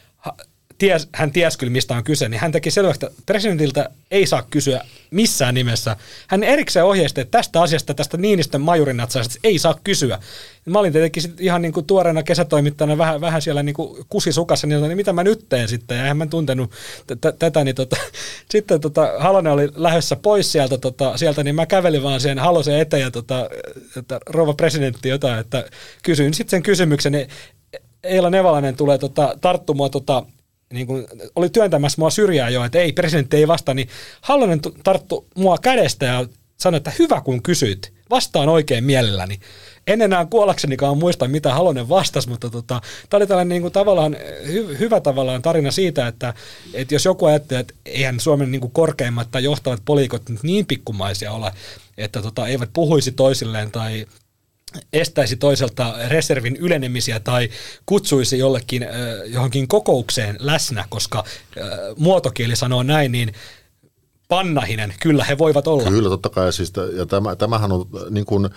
Speaker 2: hän tiesi kyllä, mistä on kyse, niin hän teki selväksi, että presidentiltä ei saa kysyä missään nimessä. Hän erikseen ohjeisti, että tästä asiasta, tästä Niinistön majurinatsaista ei saa kysyä. Mä olin tietenkin ihan niin kuin tuoreena kesätoimittajana vähän siellä niin kuin kusisukassa, niin mitä mä nyt teen sitten, ja eihän mä tuntenut tätä, niin sitten Halonen oli lähdössä pois sieltä, niin mä kävelin vaan siihen Halosen eteen, ja että rouva presidentti jotain, että kysyin sitten sen kysymyksen, niin Eila Nevalainen tulee tarttumaan niin kuin oli työntämässä mua syrjään jo, että ei, presidentti ei vastaa, niin Halonen tarttui mua kädestä ja sanoi, että hyvä kun kysyit, vastaan oikein mielelläni. En enää kuollaksenikaan muista, mitä Halonen vastasi, mutta tämä oli tällainen niin kuin tavallaan hyvä tavallaan tarina siitä, että jos joku ajattelee, että eihän Suomen niin kuin korkeimmat tai johtavat poliikot niin pikkumaisia ole, että eivät puhuisi toisilleen tai estäisi toiselta reservin ylenemisiä tai kutsuisi johonkin kokoukseen läsnä, koska muotokieli sanoo näin, niin pannahinen, kyllä he voivat olla.
Speaker 4: Kyllä, totta kai. Siis, ja tämähän on niin kuin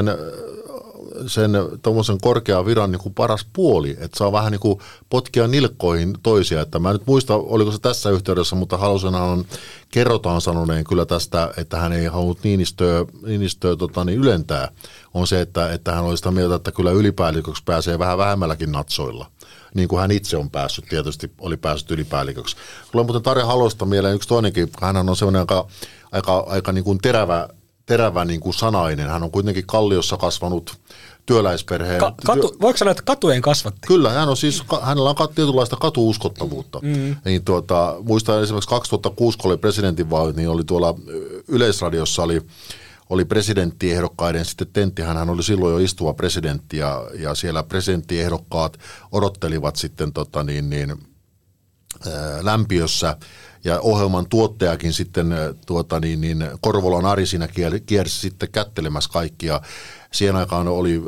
Speaker 4: sen tommosen korkean viran niin kuin paras puoli, että saa vähän niin kuin potkia nilkkoihin toisia. Että mä nyt muista, oliko se tässä yhteydessä, mutta Halosenhan kerrotaan sanoneen kyllä tästä, että hän ei halunnut Niinistöä ylentää. On se, että hän oli sitä mieltä, että kyllä ylipäälliköksi pääsee vähän vähemmälläkin natsoilla. Niin kuin hän itse on päässyt, tietysti oli päässyt ylipäälliköksi. Tulee muuten Tarja Halosta mieleen yksi toinenkin, hän on sellainen aika niin kuin terävä niin kuin sanainen. Hän on kuitenkin Kalliossa kasvanut työläisperheen.
Speaker 2: Voiko sanoa, että katujen kasvatti?
Speaker 4: Kyllä, hänellä on tietynlaista katuuskottavuutta. Niin muistan esimerkiksi 2006, kun oli presidentinvaalit, niin oli tuolla Yleisradiossa oli presidenttiehdokkaiden sitten tentti, hän oli silloin jo istuva presidentti ja siellä presidenttiehdokkaat odottelivat sitten lämpiössä ja ohjelman tuottajakin sitten Korvolan Ari siinä kiersi sitten kättelemässä kaikkia. Siihen aikaan oli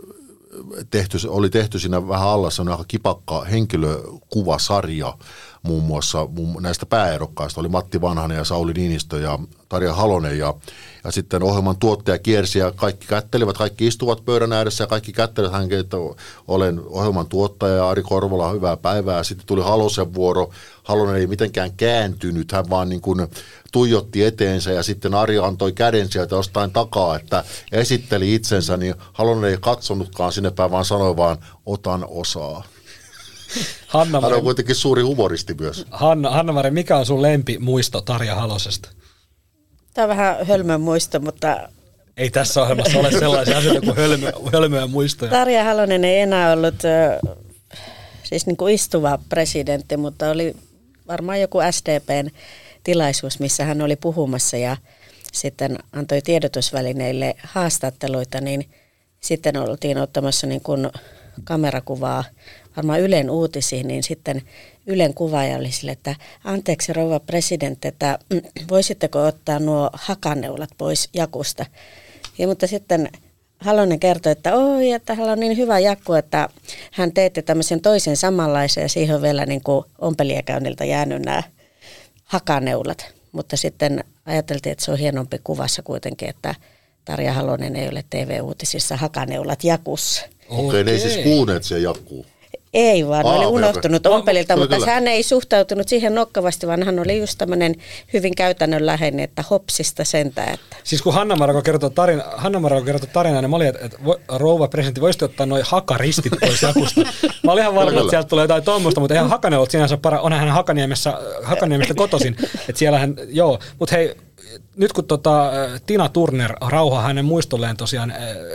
Speaker 4: tehty siinä vähän alla sellainen aika kipakka henkilökuvasarja muun muassa näistä pääehdokkaista. Oli Matti Vanhanen ja Sauli Niinistö ja Tarja Halonen ja sitten ohjelman tuottaja kiersi ja kaikki kättelivät, kaikki istuvat pöydän ääressä ja kaikki kättelivät hänkin, että olen ohjelman tuottaja ja Ari Korvola, hyvää päivää. Sitten tuli Halosen vuoro. Halonen ei mitenkään kääntynyt, hän vaan niin kuin tuijotti eteensä ja sitten Ari antoi käden sieltä jostain takaa, että esitteli itsensä, niin Halonen ei katsonutkaan sinne päin, vaan sanoi vaan, otan osaa. Hän on kuitenkin suuri humoristi myös.
Speaker 2: Hanna-Mari, mikä on sun lempimuisto Tarja Halosesta?
Speaker 3: Tämä on vähän hölmön muisto, mutta...
Speaker 2: Ei tässä ohjelmassa ole sellaisia asioita kuin hölmöä muistoja.
Speaker 3: Tarja Halonen ei enää ollut siis niin kuin istuva presidentti, mutta oli varmaan joku SDPn tilaisuus, missä hän oli puhumassa ja sitten antoi tiedotusvälineille haastatteluita, niin sitten oltiin ottamassa niin kuin kamerakuvaa varmaan Ylen uutisiin, niin sitten Ylen kuvaaja oli sille, että anteeksi rouva presidentti, että voisitteko ottaa nuo hakaneulat pois jakusta. Ja, mutta sitten Halonen kertoi, että hänellä on niin hyvä jakku, että hän teetti tämmöisen toisen samanlaisen ja siihen on vielä niin kuin ompelijakäynniltä jäänyt nämä hakaneulat. mutta sitten ajateltiin, että se on hienompi kuvassa kuitenkin, että Tarja Halonen ei ole TV-uutisissa hakaneulat jakussa.
Speaker 4: Okei, ne ei siis kuuneet se jakkuu.
Speaker 3: Ei vaan, oli unohtunut ompelilta, mutta
Speaker 4: kyllä.
Speaker 3: hän ei suhtautunut siihen nokkavasti, vaan hän oli just tämmöinen hyvin käytännönläheinen, että hopsista sentään. Että.
Speaker 2: Siis kun Hanna Marko kertoi tarinaa, niin mä olin, että rouva presidentti, voisitte ottaa noi hakaristit pois jakusta. Mä olin ihan varma, että sieltä tulee jotain tuommoista, mutta eihän Hakaneuvot sinänsä onhan hän Hakaniemestä kotoisin, että siellähän, joo, mutta hei, nyt kun Tina Turner, rauha hänen muistolleen tosiaan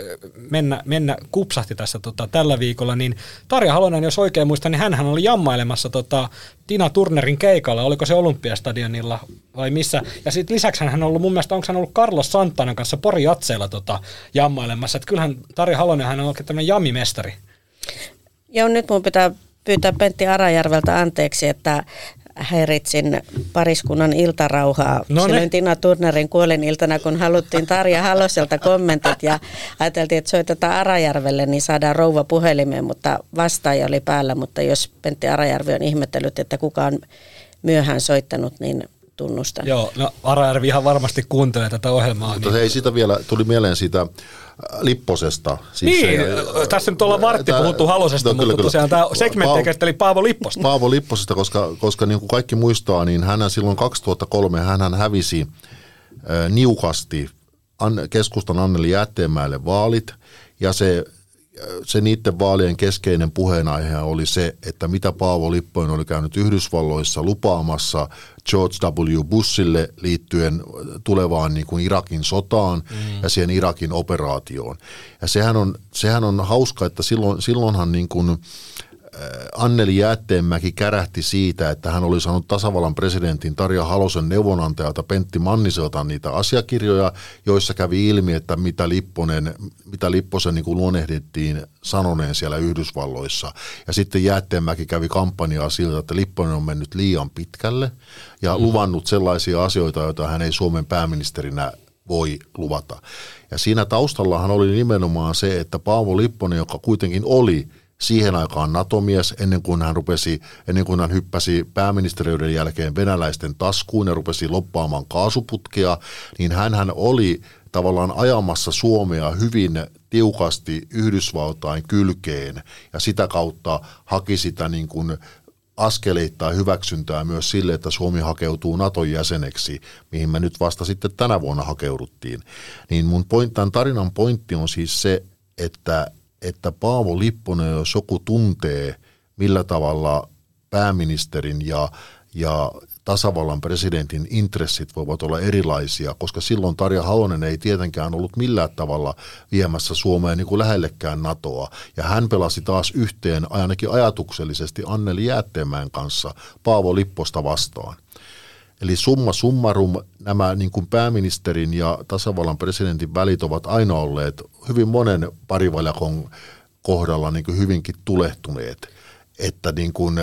Speaker 2: mennä kupsahti tässä tällä viikolla, niin Tarja Halonen, jos oikein muistan, niin hänhän oli jammailemassa Tina Turnerin keikalla, oliko se Olympiastadionilla vai missä, ja sitten lisäksi hän on ollut mun mielestä, onko hän ollut Carlos Santanan kanssa Pori Jatseilla jammailemassa, että kyllähän Tarja Halonen, hän on oikein tämmöinen jammimestari.
Speaker 3: Joo, nyt mun pitää pyytää Pentti Arajärveltä anteeksi, että häiritsin pariskunnan iltarauhaa silloin Tina Turnerin kuoliniltana, kun haluttiin Tarja Haloselta kommentit ja ajateltiin, että soitetaan Arajärvelle, niin saadaan rouva puhelimeen, mutta vastaaja oli päällä, mutta jos Pentti Arajärvi on ihmetellyt, että kuka on myöhään soittanut, niin tunnustan.
Speaker 2: Joo, no Arajärvi ihan varmasti kuuntelee tätä ohjelmaa.
Speaker 4: Mutta ei sitä vielä, tuli mieleen siitä Lipposesta. Siis
Speaker 2: niin, tässä nyt ollaan vartti puhuttu Halosesta, mutta kyllä. Tosiaan tämä segmentti käsitteli Paavo Lipposta.
Speaker 4: Paavo Lipposesta, koska niin kuin kaikki muistaa, niin hän silloin 2003 hän hävisi niukasti keskustan Anneli Jäätteenmäelle vaalit, ja se niiden vaalien keskeinen puheenaihe oli se, että mitä Paavo Lipponen oli käynyt Yhdysvalloissa lupaamassa George W. Bushille liittyen tulevaan niin kuin Irakin sotaan ja siihen Irakin operaatioon. Ja sehän on hauska, että silloinhan niin kuin Anneli Jäätteenmäki kärähti siitä, että hän oli saanut tasavallan presidentin Tarja Halosen neuvonantajalta Pentti Manniselta niitä asiakirjoja, joissa kävi ilmi, että mitä Lipposen niin kuin luonnehdittiin sanoneen siellä Yhdysvalloissa. Ja sitten Jäätteenmäki kävi kampanjaa siltä, että Lipponen on mennyt liian pitkälle ja luvannut sellaisia asioita, joita hän ei Suomen pääministerinä voi luvata. Ja siinä taustallahan oli nimenomaan se, että Paavo Lipponen, joka kuitenkin oli siihen aikaan NATO-mies, ennen kuin hän hyppäsi pääministeriöiden jälkeen venäläisten taskuun ja rupesi loppaamaan kaasuputkea, niin hänhän oli tavallaan ajamassa Suomea hyvin tiukasti Yhdysvaltain kylkeen ja sitä kautta haki sitä niin kuin askeleittain hyväksyntää myös sille, että Suomi hakeutuu Naton jäseneksi, mihin me nyt vasta sitten tänä vuonna hakeuduttiin. Niin tämän tarinan pointti on siis se, että Paavo Lipponen, jos joku tuntee, millä tavalla pääministerin ja tasavallan presidentin intressit voivat olla erilaisia, koska silloin Tarja Halonen ei tietenkään ollut millään tavalla viemässä Suomea niin kuin lähellekään NATOa. Ja hän pelasi taas yhteen ainakin ajatuksellisesti Anneli Jäätteenmäen kanssa Paavo Lipposta vastaan. Eli summa summarum nämä niin kuin pääministerin ja tasavallan presidentin välit ovat aina olleet hyvin monen parivaljakon kohdalla niin kuin hyvinkin tulehtuneet. Että, niin kuin,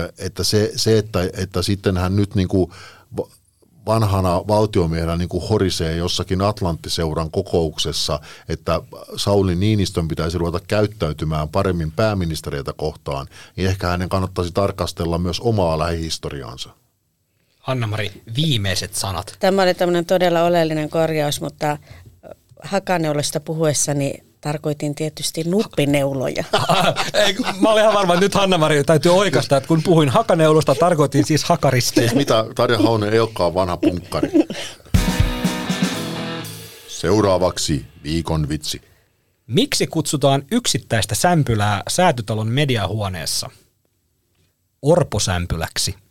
Speaker 4: että sitten hän nyt niin kuin vanhana valtiomiehenä niin kuin horisee jossakin Atlantti-seuran kokouksessa, että Sauli Niinistön pitäisi ruveta käyttäytymään paremmin pääministeriötä kohtaan, niin ehkä hänen kannattaisi tarkastella myös omaa lähihistoriaansa.
Speaker 2: Hanna-Mari, viimeiset sanat.
Speaker 3: Tämä oli tämmöinen todella oleellinen korjaus, mutta hakaneulasta puhuessani tarkoitin tietysti nuppineuloja.
Speaker 2: Mä olin ihan varma, että nyt Hanna-Mari täytyy oikaista, että kun puhuin hakaneulusta, tarkoitin siis hakaristeja.
Speaker 4: Siis mitä, Tarja Halonen ei olekaan vanha punkkari. Seuraavaksi viikon vitsi.
Speaker 2: Miksi kutsutaan yksittäistä sämpylää Säätytalon mediahuoneessa orposämpyläksi?